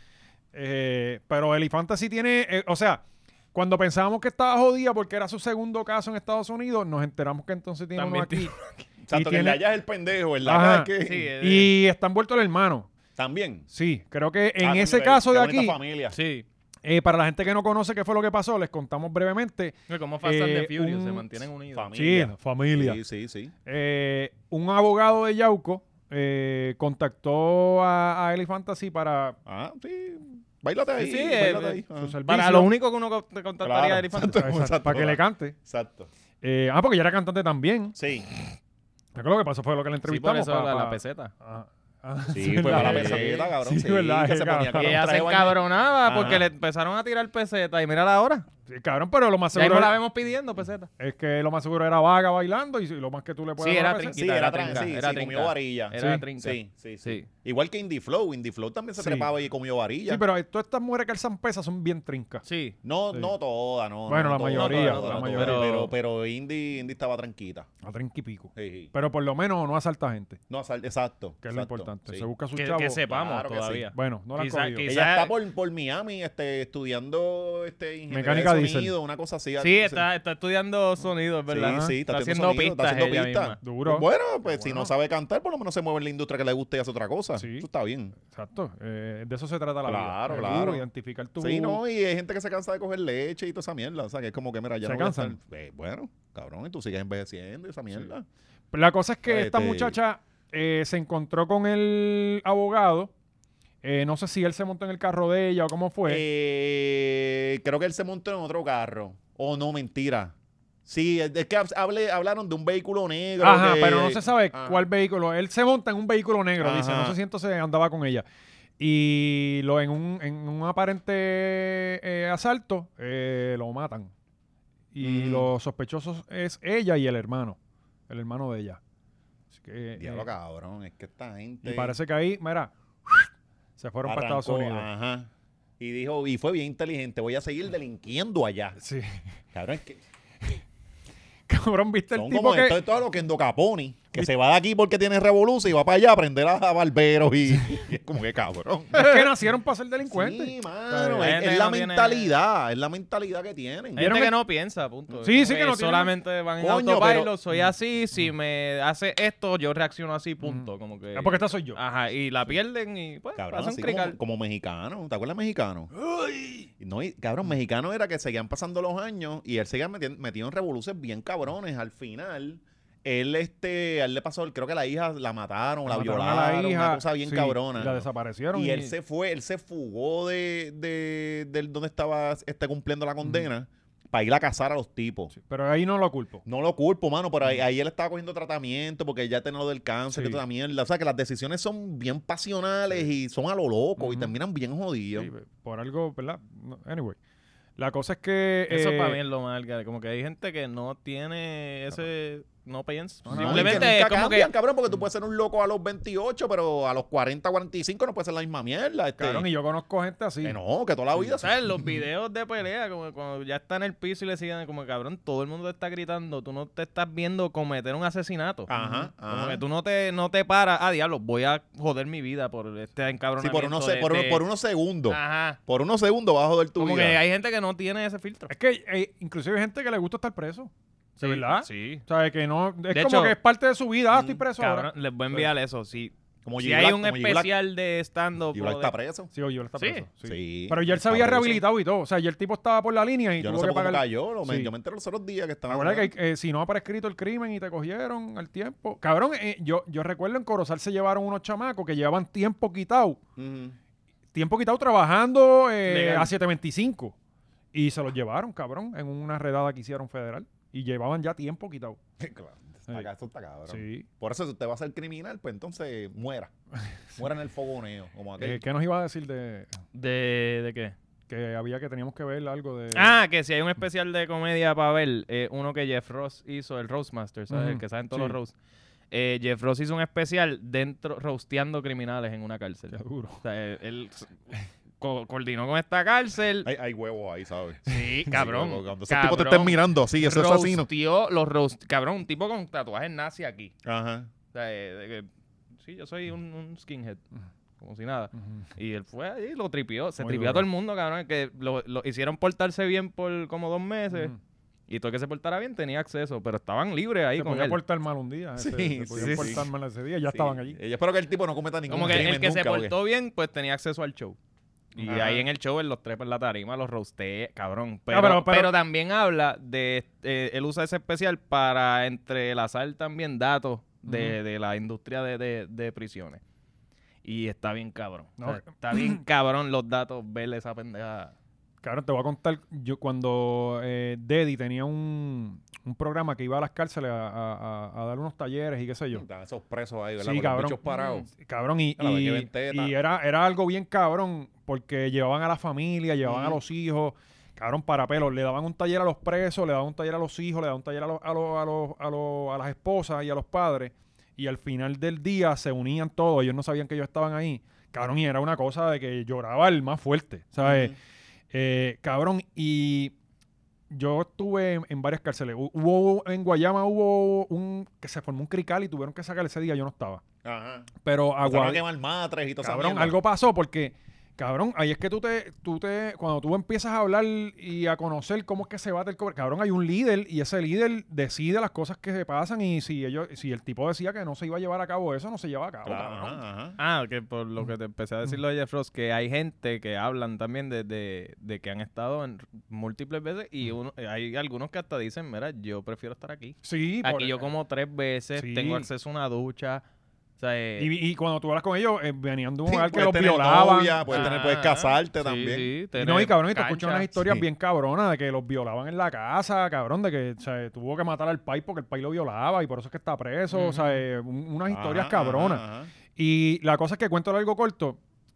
Eh, pero el Fantasy tiene, eh, o sea, cuando pensábamos que estaba jodida porque era su segundo caso en Estados Unidos, nos enteramos que entonces tiene uno
También
aquí.
Exacto,
y
que el
tiene-
de allá es el pendejo, ¿verdad?
Ajá.
Es que-
Sí, eh,
Y está envuelto el hermano.
También.
Sí, creo que en
Ah,
ese
coño, qué-
caso
qué
de
bonita
aquí,
familia.
sí.
eh, para la gente que no conoce qué fue lo que pasó, les contamos brevemente.
Como Fast and the
Eh,
Furious,
un-
se mantienen unidos.
Familia.
Sí, familia.
Sí, sí, sí.
Eh, un abogado de Yauco eh, contactó a, a Eli Fantasy para
Ah, sí. Báilate ahí.
Sí, sí,
báilate
eh,
ahí.
su
Ah.
servicio.
Para lo único que uno co- te contactaría
Claro,
a Elefante.
exacto.
Exacto,
Exacto,
para que le
claro.
cante.
Exacto.
Eh, ah, porque ella era cantante también.
Sí.
Creo que lo que pasó fue lo que le
Sí, por
entrevistamos.
eso
pa-
la,
pa-
la peseta.
Ah, ah,
Sí, fue para la
¿verdad?
peseta, cabrón.
Sí, verdad,
que
es
se
cabrón.
ponía
Y
con
ella
un
se
traje baño.
encabronaba porque
Ajá.
le empezaron a tirar peseta y mírala ahora.
Sí, cabrón, pero lo más
Ya mismo
seguro
la
era-
vemos pidiendo peseta.
es que lo más seguro era vaga bailando y lo más que tú le puedes
Sí,
dar
era
una peseta.
trinquita.
Sí, era,
Era
tran-
trinca,
sí,
era
sí,
trinca.
comió varilla.
Era
Sí.
trinca.
Sí, sí, sí,
Sí.
Igual que Indie Flow. Indie Flow también se
Sí.
trepaba y comió varilla.
Sí, pero eh, todas estas mujeres que alzan pesas son bien trincas.
Sí.
No,
Sí.
no todas, no.
Bueno,
no
la
todas,
mayoría,
no todas,
la
no
mayoría.
todas.
Pero-
Pero, pero Indie, Indie estaba tranquita.
A trinca y pico.
Sí, sí.
Pero por lo menos no asalta gente,
No, asal- exacto.
que es lo
exacto,
importante.
sí.
Se busca su
Que,
chavo.
que sepamos
Claro que
todavía.
sí.
Bueno, no la han
Quizá-
cogido.
quizá-
Ella está por, por Miami este, estudiando este, ingeniería
Mecánica
de
diésel.
sonido, una cosa así.
Sí, está, está estudiando sonidos, ¿verdad?
Sí, sí, está,
haciendo
sonido,
pistas
está haciendo
ella
pistas.
misma.
Duro.
Bueno, pues
Qué
si
bueno.
no sabe cantar, por lo menos se mueve en la industria que le guste y hace otra cosa.
Sí.
Eso está bien.
Exacto. Eh, de eso se trata la
Claro,
vida.
claro.
Identificar tu...
Sí, no, y hay gente que se cansa de coger leche y toda esa mierda. O sea, que es como que, mira, ya
¿Se
no voy a
cansan?
estar- Eh, bueno, cabrón, y tú sigues envejeciendo y esa mierda.
La cosa es que esta
Este-
muchacha eh, se encontró con el abogado. Eh, no sé si él se montó en el carro de ella o cómo fue.
Eh, creo que él se montó en otro carro. O no, mentira. Sí, es es que hable- hablaron de un vehículo negro.
Ajá,
que-
pero no se sabe
Ajá.
cuál vehículo. Él se monta en un vehículo negro, dice.
Ajá.
No sé si entonces andaba con ella. Y lo en un, en un aparente eh, asalto eh, lo matan. Y
Mm.
los sospechosos es ella y el hermano. El hermano de ella. Así que,
Diablo,
eh,
cabrón, es que esta gente...
y parece que ahí, mira, se fueron para Estados
arrancó,
Unidos.
Ajá. Y dijo, y fue bien inteligente, voy a seguir delinquiendo allá.
Sí.
Cabrón, es que
Cabrón, ¿viste el
son
tipo
como
que...?
esto, todo lo que Endo Caponi. Que se va de aquí porque tiene revolución y va para allá a aprender a, a barberos y, y es como que cabrón.
Es que nacieron para ser delincuentes.
Sí, mano,
Hay
es,
gente
es
que
la
no tiene-
mentalidad, es la mentalidad que tienen.
Hay
¿Vieron
gente
que-
que no piensa, punto.
Sí,
Como
sí que no tiene-
solamente van en
Coño,
autopilot,
pero-
soy así, si me hace esto, yo reacciono así, punto. Como que...
Es porque esta soy yo.
Ajá, y la pierden y pues
Cabrón,
hacen
así
crical.
como, como mexicano. ¿Te acuerdas mexicano? No, y, cabrón, mexicano era que seguían pasando los años y él seguía metiendo, metido en revoluciones bien cabrones. Al final, él, este, a él le pasó, creo que la hija la mataron, la,
Mataron
violaron,
a
una cosa bien
sí,
cabrona.
y la desaparecieron.
Y él se fue, él se fugó de, de, de donde estaba este, cumpliendo la condena para ir a cazar a los tipos.
Pero ahí no lo culpo.
No lo culpo, mano, pero ahí, ahí él estaba cogiendo tratamiento porque ya tenía lo del cáncer
Sí.
y toda mierda. O sea, que las decisiones son bien pasionales y son a lo loco y
Ujú.
terminan bien jodidos.
Sí, por algo, ¿verdad? No, Anyway. La cosa es que...
Eso
eh,
para mí es lo mal, que como que hay gente que no tiene ese... No piensa.
No, no,
Simplemente
que
es
nunca
como
cambian,
que...
cabrón, porque tú puedes ser un loco a los veintiocho, pero a los cuarenta, cuarenta y cinco no puede ser la misma mierda. Este,
Cabrón, y yo conozco gente así.
que no, que toda la vida.
¿Sabes? Los videos de pelea, como cuando ya está en el piso y le siguen, como cabrón, todo el mundo te está gritando, tú no te estás viendo cometer un asesinato.
Ajá,
Como
ajá.
que tú no te, no te paras, ah, diablo, voy a joder mi vida por este
Sí,
encabronamiento.
por unos, se-
de-
por,
de-
por unos segundos.
Ajá.
Por unos segundos vas a joder tu
Como
vida.
que hay gente que no tiene ese filtro.
Es que eh, inclusive hay gente que le gusta estar preso. ¿De verdad?
Sí.
O sea, que no... Es
De
como
hecho,
que es parte de su vida. Ah, estoy preso
Cabrón,
ahora.
les voy a enviar eso. Si,
Como
si
G
hay
Black,
un
como G Black.
especial de stand-up.
G Black
o de-
está preso.
Sí, oye, él está
Sí.
preso. Sí.
Sí.
Pero ya él se
está
había
preso.
rehabilitado y todo. O sea, ya el tipo estaba por la línea y
Yo no
tuvo
sé
que
por cómo
pagar...
cayó. Lo me-
Sí.
Yo me enteré los otros días que estaba.
Acuérdate que eh, si no para escrito el crimen y te cogieron al tiempo. Cabrón, eh, yo, yo recuerdo en Corozal se llevaron unos chamacos que llevaban tiempo quitado.
Ujú.
Tiempo quitado trabajando eh,
Legal.
a siete veinticinco. Y se los llevaron, cabrón, en una redada que hicieron federal. Y llevaban ya tiempo quitado.
Claro, está acá, esto está cabrón.
Sí.
Por eso si usted va a ser criminal, pues entonces muera. Muera en el fogoneo. Como aquel.
Eh, ¿Qué nos iba a decir de
¿De, ¿De qué?
que había que teníamos que ver algo de...
Ah, que si hay un especial de comedia para ver, eh, uno que Jeff Ross hizo, el Roastmaster, ¿sabes?
Ujú,
El que saben todos
sí.
los roasts. Eh, Jeff Ross hizo un especial dentro, roasteando criminales en una cárcel.
Ya duro.
O sea, él, él co- coordinó con esta cárcel.
Hay, hay huevos ahí, ¿sabes?
Sí, cabrón.
Sí, cuando esos
cabrón.
tipos te estén mirando así, eso es asesino.
Roasteó los roast, cabrón, un tipo con tatuajes nazi aquí.
Ajá.
O sea, eh, de que, sí, yo soy un, un skinhead. Como si nada. Y él fue ahí y lo tripió. Se
Muy
tripió a
duro.
todo el mundo, cabrón. Que lo, lo hicieron portarse bien por como dos meses.
Ujú.
Y todo el que se portara bien tenía acceso. Pero estaban libres ahí
Se
con
podía
él.
portar mal un día. ese-
Sí,
se podía
sí,
portar
sí.
mal ese día. Ya estaban allí.
Eh, Yo espero que el tipo no cometa ningún
Como que
crimen
el que se
nunca, porque-
portó bien, pues tenía acceso al show. Y
Ajá.
ahí en el show, en los tres por la tarima, los roasté, cabrón. Pero,
Ah, pero-
pero,
pero-
también habla de... eh, él usa ese especial para entrelazar también datos de, de la industria de, de- de prisiones. Y está bien cabrón. O sea,
No.
está bien cabrón los datos, verle esa pendeja.
Cabrón, te voy a contar, yo cuando eh, Deddy tenía un, un programa que iba a las cárceles a, a, a- a dar unos talleres y qué sé yo.
Estaban esos presos ahí, ¿verdad?
Sí,
Con los
cabrón.
bichos parados.
Cabrón, y,
A la vez
y-
que ven teta.
y era, era algo bien cabrón, porque llevaban a la familia, llevaban a
Ujú.
los hijos, cabrón, para pelos. Le daban un taller a los presos, le daban un taller a los hijos, le daban un taller a, los, a, los, a, los, a, los- a las esposas y a los padres. Y al final del día se unían todos, ellos no sabían que ellos estaban ahí. Cabrón, y era una cosa de que lloraba el más fuerte, ¿sabes?
Ujú.
Eh, cabrón, y yo estuve en, en varias cárceles. Hu- Hubo, en Guayama hubo un, que se formó un crical y tuvieron que sacar ese día, yo no estaba.
Ajá.
Pero
Empezaron
agua,
a quemar matres y todo eso.
cabrón, algo pasó porque, cabrón, ahí es que tú te, tú te, cuando tú empiezas a hablar y a conocer cómo es que se bate el cobre, cabrón, hay un líder y ese líder decide las cosas que se pasan y si ellos, si el tipo decía que no se iba a llevar a cabo eso, no se lleva a cabo,
Claro,
cabrón.
ajá, ajá.
Ah, que por lo que te empecé a decir lo de Jeff Ross, que hay gente que hablan también de, de, de que han estado en múltiples veces y uno, hay algunos que hasta dicen, mira, yo prefiero estar aquí.
Sí, por-
Aquí yo como tres veces,
Sí.
tengo acceso a una ducha. O sea, eh,
y, y cuando tú hablas con ellos, eh, venían de un
Sí,
hogar que
puedes
los
tener
violaban.
novia, puedes, tener, puedes
ah,
casarte
sí,
también.
sí,
Y
tener
no, y cabrón, y te
cancha.
escuchan unas historias
Sí.
bien cabronas de que los violaban en la casa, cabrón, de que o sea, tuvo que matar al pai porque el pai lo violaba y por eso es que está preso, o sea, eh, un- unas historias
Ajá,
cabronas.
ajá, ajá.
Y la cosa es que cuento algo corto,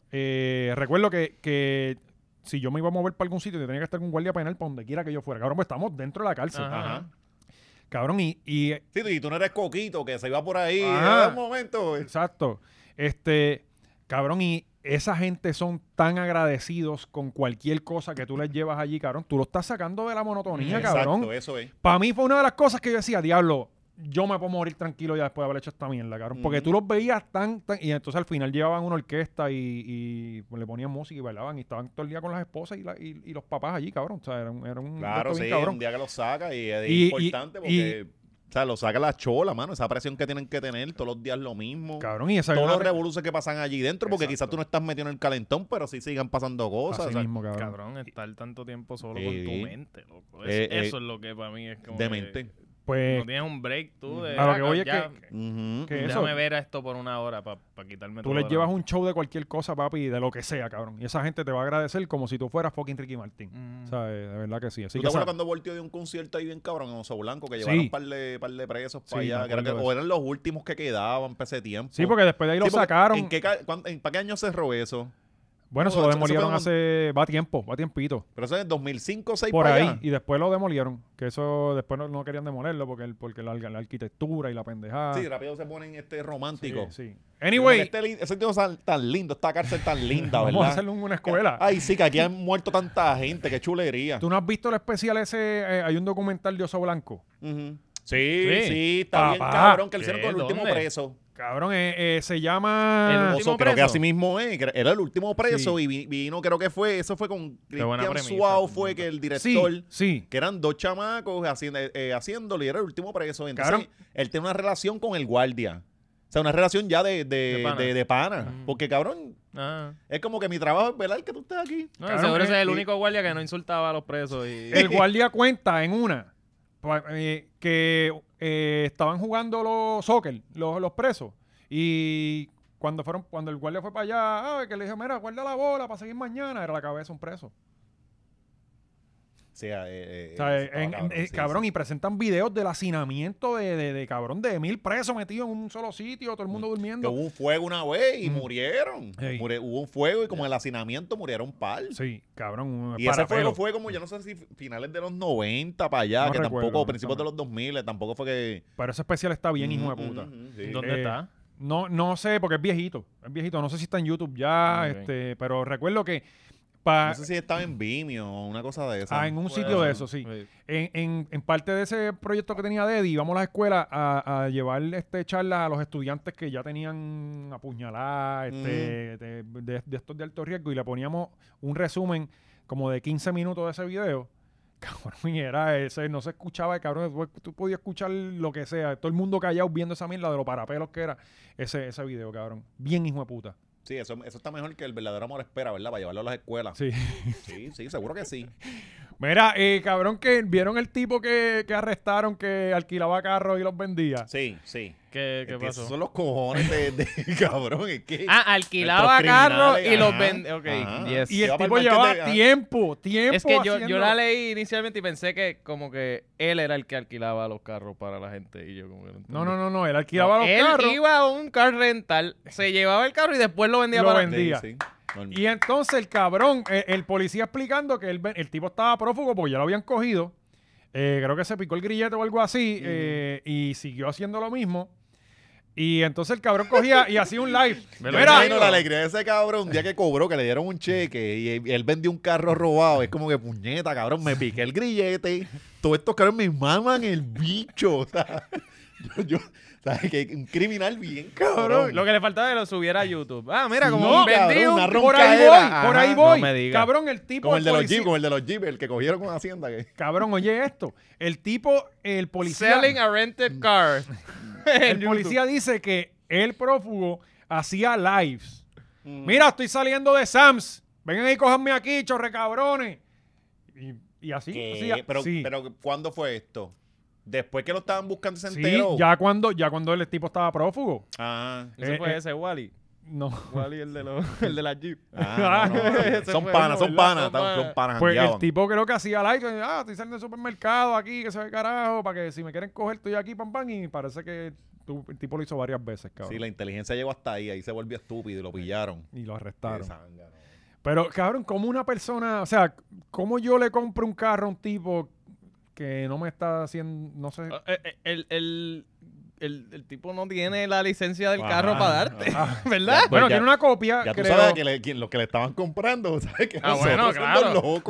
eh, recuerdo que, que si yo me iba a mover para algún sitio, tenía que estar con un guardia penal para donde quiera que yo fuera. Cabrón, pues estamos dentro de la cárcel.
Ajá.
Ajá.
Cabrón, y, y
Sí, tú- y tú no eres coquito que se iba por ahí.
Ajá.
En un momento.
exacto. Este, cabrón, y esa gente son tan agradecidos con cualquier cosa que tú les llevas allí, cabrón. Tú lo estás sacando de la monotonía,
Exacto,
cabrón.
eso es.
Para mí fue una de las cosas que yo decía, diablo, yo me puedo morir tranquilo ya después de haber hecho esta mierda, cabrón. Porque
Ujú.
tú los veías tan, tan... Y entonces al final llevaban una orquesta y, y pues, le ponían música y bailaban y estaban todo el día con las esposas y, la, y, y los papás allí, cabrón. O sea, era un, era un
Claro,
esto bien
sí,
cabrón.
un día que lo saca y es
Y-
importante
y-
porque, o sea, lo saca la chola, mano, esa presión que tienen que tener todos los días lo mismo.
Cabrón, y esa
Todos
es
los
una...
revoluciones que pasan allí dentro, porque quizás tú no estás metido en el calentón, pero sí sigan pasando cosas.
Así
o sea,
mismo, cabrón.
Cabrón, estar tanto tiempo solo
Sí.
con tu mente, loco. Eso,
Eh, eh,
eso es lo que para mí es como
demente.
que
Pues,
no tienes un break tú de...
a lo que
ah,
voy es
ya,
que,
Ujú.
que eso,
déjame ver a esto por una hora para quitarme
tú
todo
les
de
llevas
la-
un show de cualquier cosa, papi, de lo que sea, cabrón. Y esa gente te va a agradecer como si tú fueras fucking Ricky Martin.
Mm.
O sea, eh, de verdad que sí. Así
¿Tú
que
te acuerdas
esa-
cuando volteó de un concierto ahí bien cabrón en Oso Blanco que
Sí.
llevaron un par de, par de presos para
Sí, me
allá? Que era
acuerdo
que-
de
o
eso.
eran los últimos que quedaban para ese tiempo.
Sí, porque después de ahí lo
Sí, porque
sacaron.
¿En qué, ca- cuán- en- ¿Para qué año cerró eso?
Bueno, se
No,
lo
eso- eso fue
demolieron
como-
hace... Va a tiempo, va a tiempito.
Pero eso es en dos mil cinco o seis
Por
para
ahí.
allá.
Y después lo demolieron. Que eso después no, no querían demolerlo porque, el, porque la, la arquitectura y la pendejada.
Sí, rápido se ponen este romántico.
Sí, sí.
Como
Anyway,
que Este, li- ese tío tan, tan lindo, esta cárcel tan linda,
vamos
¿verdad?
a hacerlo en una escuela.
Ay, sí, que aquí han muerto tanta gente, qué chulería.
¿Tú no has visto el especial ese? Eh, hay un documental de Oso Blanco.
Ujú. Sí, sí,
Sí.
está bien
Papá.
cabrón que le
¿Qué?
hicieron con el último
¿Dónde?
preso.
Cabrón, eh, eh, se llama...
El
Oso,
último
creo que
preso?
así mismo es. que Era el último preso
Sí.
y vi- vino, creo que fue, eso fue con
Qué buena
Cristian
premisa,
Suárez,
puñeta.
fue que el
Sí,
director,
sí.
que eran dos chamacos haciendo, eh, haciéndolo y era el último preso. Entonces,
Cabrón.
él tiene una relación con el guardia. O sea, una relación ya de, de,
De pana.
de, de pana.
Mm.
Porque, cabrón,
Ah.
es como que mi trabajo es velar que tú estés aquí.
No,
Cabrón,
seguro ese es el
eh,
único guardia que no insultaba a los presos. Y...
El guardia cuenta en una pa- eh, que eh, estaban jugando los soccer, los, los presos. Y cuando fueron, cuando el guardia fue para allá, ah, que le dijo, mira, guarda la bola para seguir mañana, era la cabeza un preso.
O sea, eh,
O sea,
eh, estaba
en-
cabrón,
eh,
sí,
cabrón,
sí.
y presentan videos del hacinamiento de, de, de cabrón de mil presos metidos en un solo sitio, todo el mundo
Que
durmiendo.
hubo un fuego una vez y
Mm.
murieron.
Ey.
Mure- hubo un fuego y como el hacinamiento murieron par.
Sí, cabrón. un
Y ese
parapelo.
fuego fue como, yo no sé si finales de los noventa para allá,
No
que
recuerdo,
tampoco, principios de
honestamente.
los dos mil, tampoco fue que...
Pero ese especial está bien, hijo de
Ujú,
puta.
ujú, sí.
¿Dónde
Eh,
está?
No, no sé, porque es viejito. Es viejito. No sé si está en YouTube ya,
Ok.
este, pero recuerdo que pa-
No sé si estaba en Vimeo o una cosa de esa.
ah, en un
Puede
sitio de
ser.
eso, sí.
Sí.
En, en, en parte de ese proyecto que tenía Deddy, íbamos a las escuelas a, a llevar este, charlas a los estudiantes que ya tenían apuñaladas este, de, de- de estos de alto riesgo y le poníamos un resumen como de quince minutos de ese video. Cabrón, y era ese, no se escuchaba, cabrón, tú, tú podías escuchar lo que sea, todo el mundo callado viendo esa mierda de los parapelos que era ese, ese video, cabrón. Bien hijo de puta.
Sí, eso, eso está mejor que el verdadero amor espera, ¿verdad? Para llevarlo a las escuelas.
Sí.
Sí, sí, seguro que sí.
Mira, eh, cabrón, que vieron el tipo que, que arrestaron que alquilaba carros y los vendía.
Sí, sí.
¿Qué, qué
Es que
pasó?
esos son los cojones de, de cabrón. Es que...
Ah, alquilaba
Estos
carros y
criminales,
los
ajá,
vende. Ok,
ajá.
yes.
Y el
Lleva
tipo
pa'l
llevaba
market de-
tiempo, tiempo.
Es que yo, yo
haciendo-
la leí inicialmente y pensé que como que él era el que alquilaba los carros para la gente y yo como que no entendí.
No, no, no, no, él alquilaba
No,
los
él
carros.
iba a un car rental, se llevaba el carro y después lo vendía
Lo
para...
vendía.
Sí, sí. Normal.
Y entonces el cabrón, el, el policía explicando que el, el tipo estaba prófugo porque ya lo habían cogido. Eh, creo que se picó el grillete o algo así eh, y siguió haciendo lo mismo. Y entonces el cabrón cogía y hacía un live.
Me
Yo
lo
me
Mira,
imagino la alegría de ese cabrón un día que cobró, que le dieron un cheque y él vendió un carro robado. Es como que, puñeta, cabrón, me piqué el grillete. Todos estos cabrones me maman el bicho. O sea, yo, yo ¿sabes? Que un criminal bien cabrón.
Lo que le faltaba es que lo subiera a YouTube. Ah, mira, como
No,
vendí
cabrón,
un...
una
por ahí voy,
roncaera.
por ahí
Ajá,
voy.
no me digas.
Cabrón, el tipo.
Como el de los
policía-
Jeep, como el de los Jeep, el que cogieron con Hacienda. Que...
Cabrón, oye esto. El tipo, el policía.
Selling a rented car.
El policía dice que el prófugo hacía lives. Mira, estoy saliendo de Sam's. Vengan y cojanme aquí, chorre cabrones. Y, y así.
¿Qué?
hacía-
Pero,
sí.
pero, ¿cuándo fue esto? Después que lo estaban buscando se
Sí,
enteró.
ya cuando, ya cuando el tipo estaba prófugo.
Ah,
Ese
Eh,
fue
eh.
ese, Wally.
No.
Wally, el de, los, el de la Jeep.
ah, no, no, no.
Ese
Son
fue
panas,
uno,
son
¿verdad?
panas,
Son panas.
son panas.
Pues el
jangueaban.
tipo creo que hacía live. Ah, estoy saliendo del supermercado aquí, que se ve carajo, para que si me quieren coger estoy aquí, pam, pam. Y parece que tu- el tipo lo hizo varias veces, cabrón.
Sí, la inteligencia llegó hasta ahí, ahí se volvió estúpido y lo pillaron.
Y lo
Qué
arrestaron.
zángano.
Pero, cabrón, como una persona, o sea, ¿cómo yo le compro un carro a un tipo que no me está haciendo, no sé?
Eh, eh, El, el, el, el tipo no tiene la licencia del
Ajá,
carro para darte,
ajá.
¿verdad?
Bueno,
ya-
tiene una copia,
Ya tú
creo.
sabes que le- que los que le estaban comprando, ¿sabes? Que
Ah,
nosotros
bueno,
son
claro.
dos locos.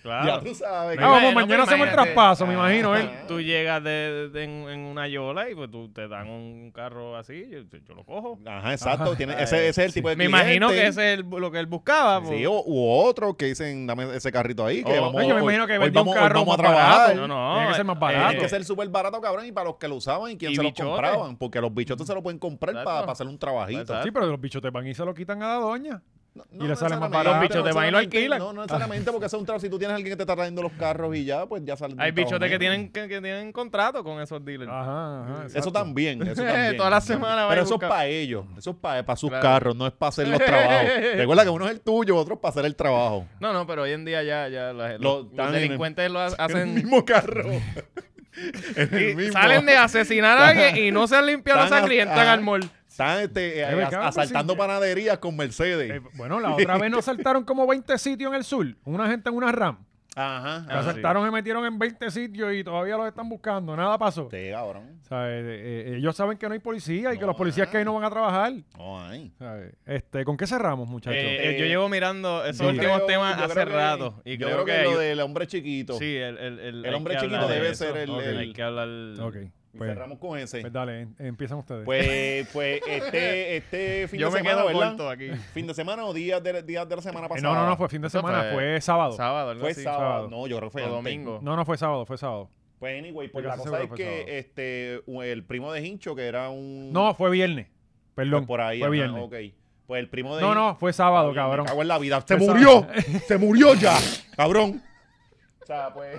Claro.
Ya tú sabes.
Ah,
que-
vamos,
Imagino,
mañana
pues,
hacemos el
imagínate.
traspaso, me imagino él.
Tú llegas de, de- en, en una yola y pues tú te dan un carro así, yo, yo lo cojo.
Ajá, exacto.
Ajá.
Tiene, ese, ese es el tipo de
Me
cliente.
imagino que ese es el- lo que él buscaba. pues.
Sí, o, u otro que dicen, dame ese carrito ahí, que
Oh,
vamos,
Yo me
hoy-
imagino que
hoy
vendió un
vamos- hoy
carro
vamos a
más
trabajar.
barato.
No, no,
Tiene que ser más
eh,
barato.
Tiene que ser súper barato, cabrón, y para los que lo usaban y quién
Y
se
bichotes.
los compraban, porque los bichotes se lo pueden comprar para
Exacto.
hacer un trabajito.
Exacto.
Sí, pero los bichos te van y se lo quitan a la doña.
No,
Y le sale más
necesariamente,
barato.
Los bichotes van y lo
necesariamente,
alquilan.
No, no necesariamente, porque eso es un trabajo. Si tú tienes a alguien que te está trayendo los carros y ya, pues ya salen.
Hay
del trabajo
bichotes que
mío.
tienen, que, que tienen contrato con esos dealers.
Ajá, ajá.
Eso
exacto.
también, eso también.
Toda la semana va
Pero
y
eso es
busca.
para ellos, eso es para, para sus
Claro.
carros, no es para hacer los trabajos. Recuerda que uno es el tuyo, otro es para hacer el trabajo.
No, no, pero hoy en día ya, ya la- los,
Lo-
los
están en el-
delincuentes lo ha-
En el
hacen...
mismo carro. En el
y
mismo.
salen de asesinar a alguien y no se han limpiado la
Están a-
sangre y entran
ajá.
al mall.
Están este, eh,
me
as-
cago en
asaltando
sí.
panaderías con Mercedes.
Eh, bueno, la otra vez nos saltaron como veinte sitios en el sur. Una gente en una RAM.
Ajá.
Que
Ah,
asaltaron y metieron en veinte sitios y todavía los están buscando. Nada pasó.
Sí, cabrón.
O sea, eh, eh, ellos saben que no hay policía y que
No
los policías que hay no van a trabajar.
No hay.
¿Sabes? Este, ¿con qué cerramos, muchachos?
Eh, eh, yo
Eh,
llevo mirando esos
Yo
últimos
creo-
temas
yo
hace
creo que-
rato. Y
yo
creo,
creo que, lo
hay-
del hombre chiquito.
Sí, el, el, el,
El
hay
hombre
que
chiquito
hablar de
debe
eso.
ser el-
Ok,
el-
Hay que hablar...
ok.
Y
Pues,
cerramos con ese.
pues dale, em- empiezan ustedes.
Pues, pues este, este fin
Yo
de
me
semana,
quedo
¿verdad?
corto aquí.
¿Fin de semana o días de, días de la semana
Eh,
pasada?
no, no, no, fue fin de
Eso
semana,
fue
fue, sábado.
Sábado, algo
Fue
así.
sábado.
sábado.
No, yo creo que fue
O
antes.
domingo.
No, no fue sábado, fue sábado.
Pues anyway, pues
Yo
la
casi
cosa es
seguro que fue sábado.
que este, u- el primo de Hincho, que era un...
No, fue viernes. Perdón,
pues por ahí.
fue
ajá,
viernes.
ok. Pues el primo de
No,
Hincho...
no, fue sábado,
Está bien,
cabrón.
Me cago en la vida. ¡Se
Fue
murió! ¡Se murió ya! ¡Cabrón! O sea, pues...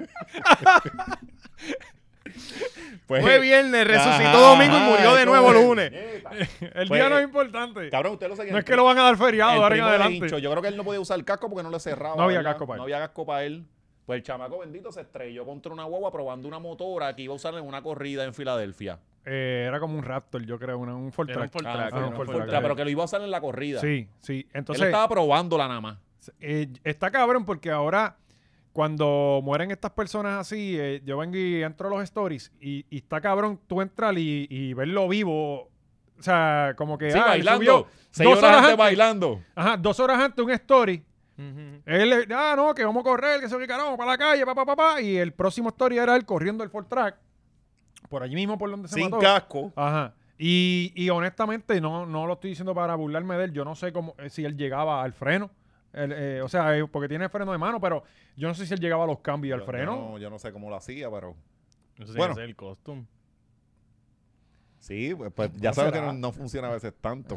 pues
Fue viernes, resucitó
ajá,
domingo y murió
ajá,
de nuevo
como-
lunes.
El
Pues,
día no es importante.
Cabrón, usted lo sabe.
No es que lo van a dar feriado
el
ahora en
primo de
adelante.
Hincho, yo creo que él no podía usar el casco porque no le cerraba.
No había
¿verdad?
casco para él.
No había casco para él. Pues el chamaco bendito se estrelló contra una guagua probando una motora que iba a usar en una corrida en Filadelfia.
Eh, era como un Raptor, yo creo, una- un Ford
Era un
Track.
Ford
Ah,
Track,
fue-
era
fue
un
el
Ford
Ford
Track.
Track, pero que lo iba a usar en la corrida.
Sí, sí.
Él
Entonces,
estaba probándola nada más.
eh, está cabrón porque ahora, cuando mueren estas personas así, eh, yo vengo y entro a los stories y, y está cabrón tú entrar y, y verlo vivo. O sea, como que
Sí,
ah, él
bailando.
subió
Seis
dos
horas
horas
antes
antes.
bailando.
Ajá, dos horas antes un story.
Ujú.
Él, le- ah, no, que vamos a correr, que se que carajo, para la calle, papá, papá. Y el próximo story era él corriendo el Ford Track. Por allí mismo, por donde se
Sin
mató.
casco.
Ajá. Y, y honestamente, no, no lo estoy diciendo para burlarme de él. Yo no sé cómo, eh, si él llegaba al freno. El, eh, o sea, eh, porque tiene freno de mano, pero yo no sé si él llegaba a los cambios y al
Yo-
freno.
Yo no, yo no sé cómo lo hacía, pero...
Eso
Bueno.
es el costume.
Sí, pues, pues ya
¿Cómo
sabes que
será?
no, no funciona a veces tanto.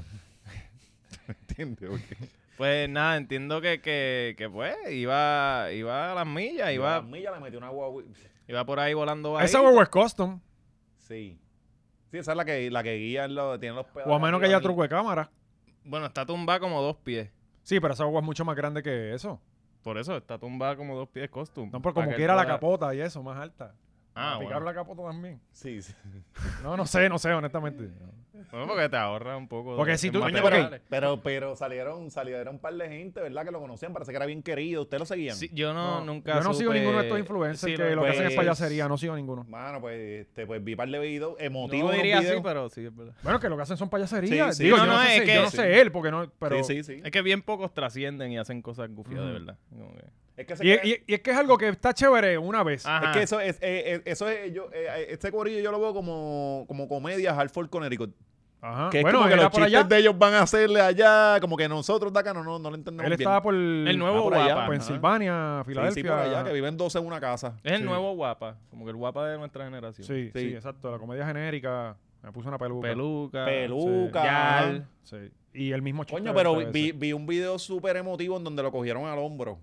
¿Entiendes? Ok.
Pues nada, entiendo que, que, que pues iba, iba a las millas,
Iba a
iba,
las millas, le metió una guagua.
iba por ahí volando bajito.
Esa huevo es custom.
Sí. Sí, esa es la que, la que guía, en lo, tiene los pedales.
O a menos que haya
arriba
truco de cámara.
Bueno, está tumbada como dos pies.
Sí, pero esa huevo es mucho más grande que eso.
Por eso, está tumbada como dos pies costume.
No, pero
Para
como
que
quiera
él
la
pueda-
capota y eso, más alta.
Ah,
Picar
bueno.
la capota también.
Sí, sí.
No, no sé, no sé, honestamente.
Bueno, porque te ahorra un poco.
Porque
de-
si
en
tú-
Coño,
materiales.
pero, pero, pero salieron, salieron un par de gente, ¿verdad? Que lo conocían, parece que era bien querido. ¿Ustedes lo seguían?
Sí, yo no,
No,
nunca
yo no sigo
supe-
ninguno de estos influencers
Sí,
que lo que hacen es
pues-
payasería, no sigo ninguno.
Mano, pues, este, pues vi par de videos
No
emotivos.
lo
unos
diría así,
videos.
pero sí, es verdad.
Bueno, que lo que hacen son payaserías.
Sí, sí.
Digo,
No,
yo,
no,
no, sé,
es
si-
que-
yo no sé él, porque no. Pero,
Sí, sí, sí.
Es que bien pocos trascienden y hacen cosas gufiadas, de
Ujú.
verdad. Como que-
Es que, se
Y,
queda-
y- y es que es algo que está chévere una vez.
Ajá.
es que eso es, eh, eh, eso es, yo, eh, este corillo yo lo veo como, como comedia Hartford, Connecticut.
Ajá.
Que es
Bueno,
como que
él era
los
por
chistes
allá.
de ellos van a hacerle allá, como que nosotros de acá no, no, no lo entendemos
Él
bien.
estaba por
El nuevo
Ah, por allá,
guapa.
pues.
Pensilvania,
Sí,
Filadelfia.
sí, por allá, que viven doce en una casa.
Es el
Sí.
nuevo guapa, como que el guapa de nuestra generación.
Sí, sí,
Sí.
exacto. La comedia genérica. Me puso una peluca.
Peluca.
Peluca.
Yal.
Sí. Y el mismo chiste
Coño,
de
pero
este
vi,
ese.
vi un video súper emotivo en donde lo cogieron al hombro.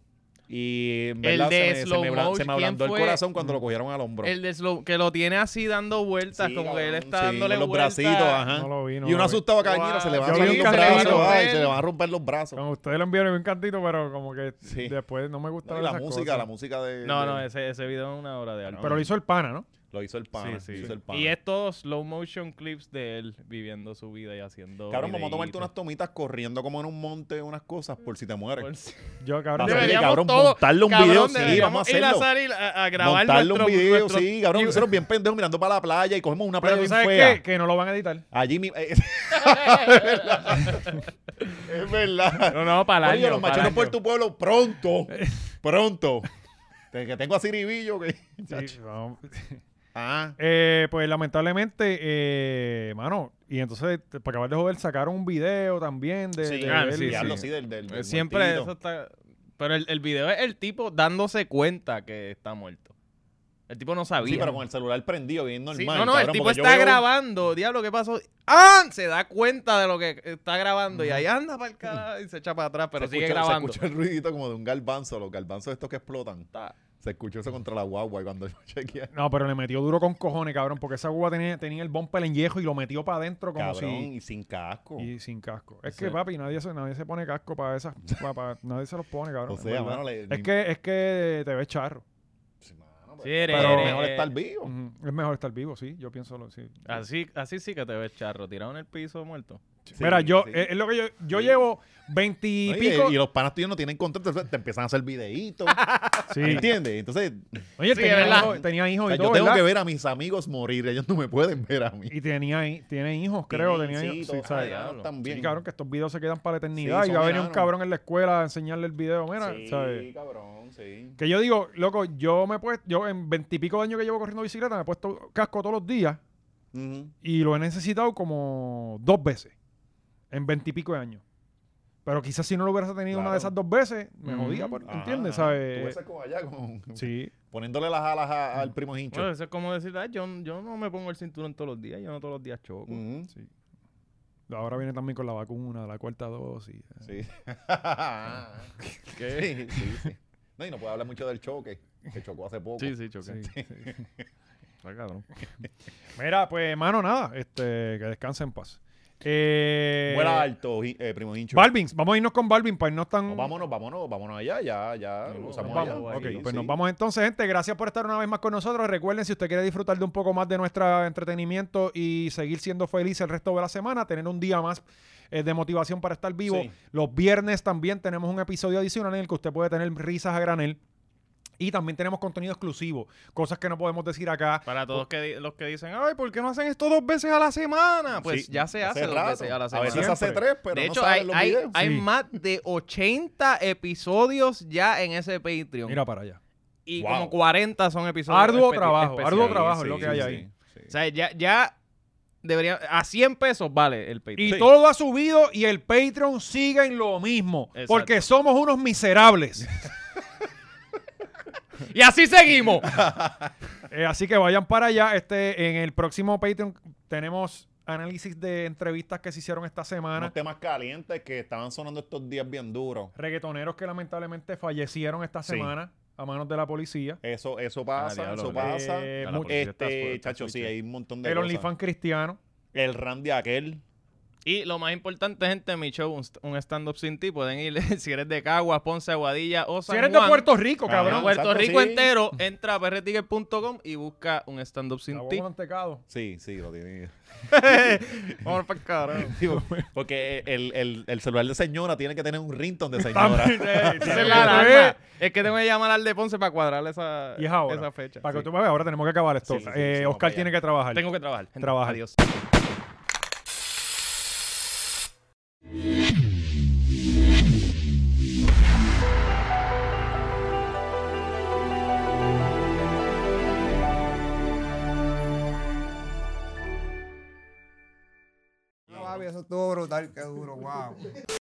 Y en
El
verdad
de
se, me, se,
slow
me, abla-
motion,
se me ablandó el
¿quién fue?
corazón cuando lo cogieron al hombro.
El de slow, que lo tiene así dando vueltas,
Sí,
como que él
cabrón,
está
sí,
dándole
con los
vueltas.
bracitos, ajá.
No lo vi, no
y uno
lo vi.
asustado a Cañera, se le van a
Yo vi
salir
un
los
cantito.
brazos, ay,
Él-
se le van a romper los brazos.
Como ustedes lo enviaron un cantito, pero como que
Sí.
después no me gusta
No, y
ver
la
esas
música,
cosas.
la música de...
No,
de-
no, ese, ese video es una obra de arte.
Pero lo hizo el pana, ¿no?
Lo hizo el pana.
Sí, sí.
Lo hizo el pana.
Y estos slow motion clips de él viviendo su vida y haciendo.
Cabrón, vamos a tomarte
videitos.
unas tomitas corriendo como en un monte, unas cosas, por si te mueres.
Por si-
Yo, cabrón.
Hacerle,
Deberíamos
cabrón,
todos,
montarle un
cabrón,
video, sí,
deberíamos
vamos a
ir
hacerlo.
salir a, a grabar
Montarle
nuestro,
un video,
nuestro-
sí, cabrón.
y-
Nosotros bien pendejos mirando para la playa y cogemos una playa
Pero tú
bien
sabes
fea.
qué? Que no lo van a editar.
Allí mi... eh, Es verdad.
No, no, para el
Oye,
año.
los
para el
macheros
año.
por tu pueblo, pronto. Pronto. De que tengo a Ciribillo que...
Sí, vamos.
Ah.
Eh, pues lamentablemente, eh, mano, y entonces te- para acabar de joder sacaron un video también de,
Sí,
de
ah,
él.
sí,
diablo,
sí.
sí, del, del, del
Siempre
muertito.
eso está... Pero el, el video es el tipo dándose cuenta que está muerto. El tipo no sabía.
Sí, pero con el celular prendido, bien normal.
Sí, no, no, el
cabrón,
tipo
porque yo
está
veo-
grabando. Diablo, ¿qué pasó? ¡Ah! Se da cuenta de lo que está grabando y ahí anda para el carajo y se echa para atrás, pero
se
sigue
escucha-
grabando.
Se escucha el ruidito como de un garbanzo, los garbanzos estos que explotan.
Ta.
Se escuchó eso contra la guagua y cuando yo chequeé.
No, pero le metió duro con cojones, cabrón, porque esa guagua tenía, tenía el bumper en viejo y lo metió para adentro como
Cabrón,
si...
y sin casco.
Y sin casco. Es
Sí.
que, papi, nadie se, nadie se pone casco para esas... pa- pa- nadie se los pone, cabrón.
O
es
sea,
verdad.
mano, le-
es, que, es que te ves charro.
Sí, mano,
Sí, eres-
pero
eres-
mejor
eh,
estar vivo.
Ujú. Es mejor estar vivo, sí. Yo pienso, lo, sí.
Así, así sí que te ves charro, tirado en el piso muerto.
Sí,
Mira, yo,
sí.
es, es lo que yo, yo
Sí.
llevo veinti
No, y,
pico.
y los panas tuyos no tienen control, entonces te empiezan a hacer videitos.
Sí.
¿Entiendes? Entonces,
Oye,
Sí,
tenía,
es verdad.
hijos, tenía hijos
o sea,
y
yo
todo,
tengo
¿verdad?
que ver a mis amigos morir. Ellos no me pueden ver a mí.
Y tenía, hi- tiene hijos, creo. Tenía
Sí,
hijos. Sí,
todos
¿sabes?
enanos también.
Sí, cabrón, que estos videos se quedan para la eternidad.
Sí,
y va a
son
venir un
enanos.
cabrón en la escuela a enseñarle el video. Mira,
Sí,
¿sabes?
cabrón, sí.
Que yo digo, loco, yo me he puesto, yo en veintipico de años que llevo corriendo bicicleta, me he puesto casco todos los días
Ujú.
y lo he necesitado como dos veces en veintipico de años. Pero quizás si no lo hubieras tenido una
Claro.
de esas dos veces, me
Ujú.
jodía, por-
Ajá,
¿entiendes?
ajá. Tú
¿Sabes?
ves como allá, con,
Sí.
poniéndole las alas a- al primo hincho.
Bueno, eso es como decir, "Ay, yo, yo no me pongo el cinturón todos los días, yo no todos los días choco.
Ujú.
Sí. Ahora viene también con la vacuna, la cuarta dosis.
Sí. Sí, sí, sí. No, y no puedo hablar mucho del choque, que chocó hace poco.
Sí, sí, choqué.
Sí, sí.
Está cabrón.
Mira, pues, mano, nada, este, que descanse en paz. Eh,
Vuela alto, hi- eh, primo hincho.
Balvins, vamos a irnos con Balvin para irnos tan...
No, vámonos, vámonos, vámonos allá, ya, ya lo
Nos
usamos
Nos
allá.
vamos. Ok,
Sí,
pues
sí.
nos vamos entonces, gente. Gracias por estar una vez más con nosotros. Recuerden, si usted quiere disfrutar de un poco más de nuestro entretenimiento y seguir siendo feliz el resto de la semana, tener un día más eh, de motivación para estar vivo.
Sí.
Los viernes también tenemos un episodio adicional en el que usted puede tener risas a granel. Y también tenemos contenido exclusivo, cosas que no podemos decir acá.
Para todos que di- los que dicen, ay, ¿por qué no hacen esto dos veces a la semana? Pues
Sí,
ya se hace dos
rato.
veces a la
A
semana.
veces hace
Siempre.
tres, pero
de
no
hecho,
salen
hay,
los
hay,
videos.
hay
Sí.
más de ochenta episodios ya en ese Patreon.
Mira para allá.
y
Wow.
como cuarenta son episodios
Arduo
espe-
trabajo,
especiales.
arduo trabajo es lo
Sí,
que hay
sí,
ahí.
sí, sí.
O sea, ya, ya debería... A cien pesos vale el Patreon.
Y
Sí.
todo ha subido y el Patreon sigue en lo mismo.
Exacto.
Porque somos unos miserables.
Y así seguimos.
Eh, así que vayan para allá. Este, en el próximo Patreon tenemos análisis de entrevistas que se hicieron esta semana.
Unos temas calientes que estaban sonando estos días bien duros.
Reggaetoneros que lamentablemente fallecieron esta
Sí.
semana a manos de la policía.
Eso, eso pasa,
diablo,
eso
¿verdad?
pasa.
Eh,
la
mu-
policía está
Este,
fuerte,
chacho, sí,
switch.
hay un montón de
el
cosas.
OnlyFans cristiano.
El Randy aquel.
Y lo más importante, gente, mi show, un, st- un stand-up sin ti. Pueden ir, si eres de Caguas, Ponce, Aguadilla o San
Si eres de
Juan,
Puerto Rico,
Ah,
cabrón.
Puerto
exacto,
Rico
sí.
entero, entra a p r ticket punto com y busca un stand-up sin
La
ti.
bomba mantecado.
Sí, sí, lo tiene.
Vamos para el carajo.
Digo, porque el, el, el celular de señora tiene que tener un ringtone de señora.
También, eh,
Esa
tiene
es
que
la
ser-
alarma. Es que tengo que llamar al de Ponce para cuadrarle esa,
Y es ahora.
esa fecha.
Para que
Sí.
tú me veas, ahora tenemos que acabar esto.
Sí, sí, sí,
Eh,
sí, vamos
Oscar
para
tiene
allá.
que trabajar.
Tengo que trabajar. gente.
Trabaja.
Adiós.
No, papi, eso estuvo brutal, qué duro, wow.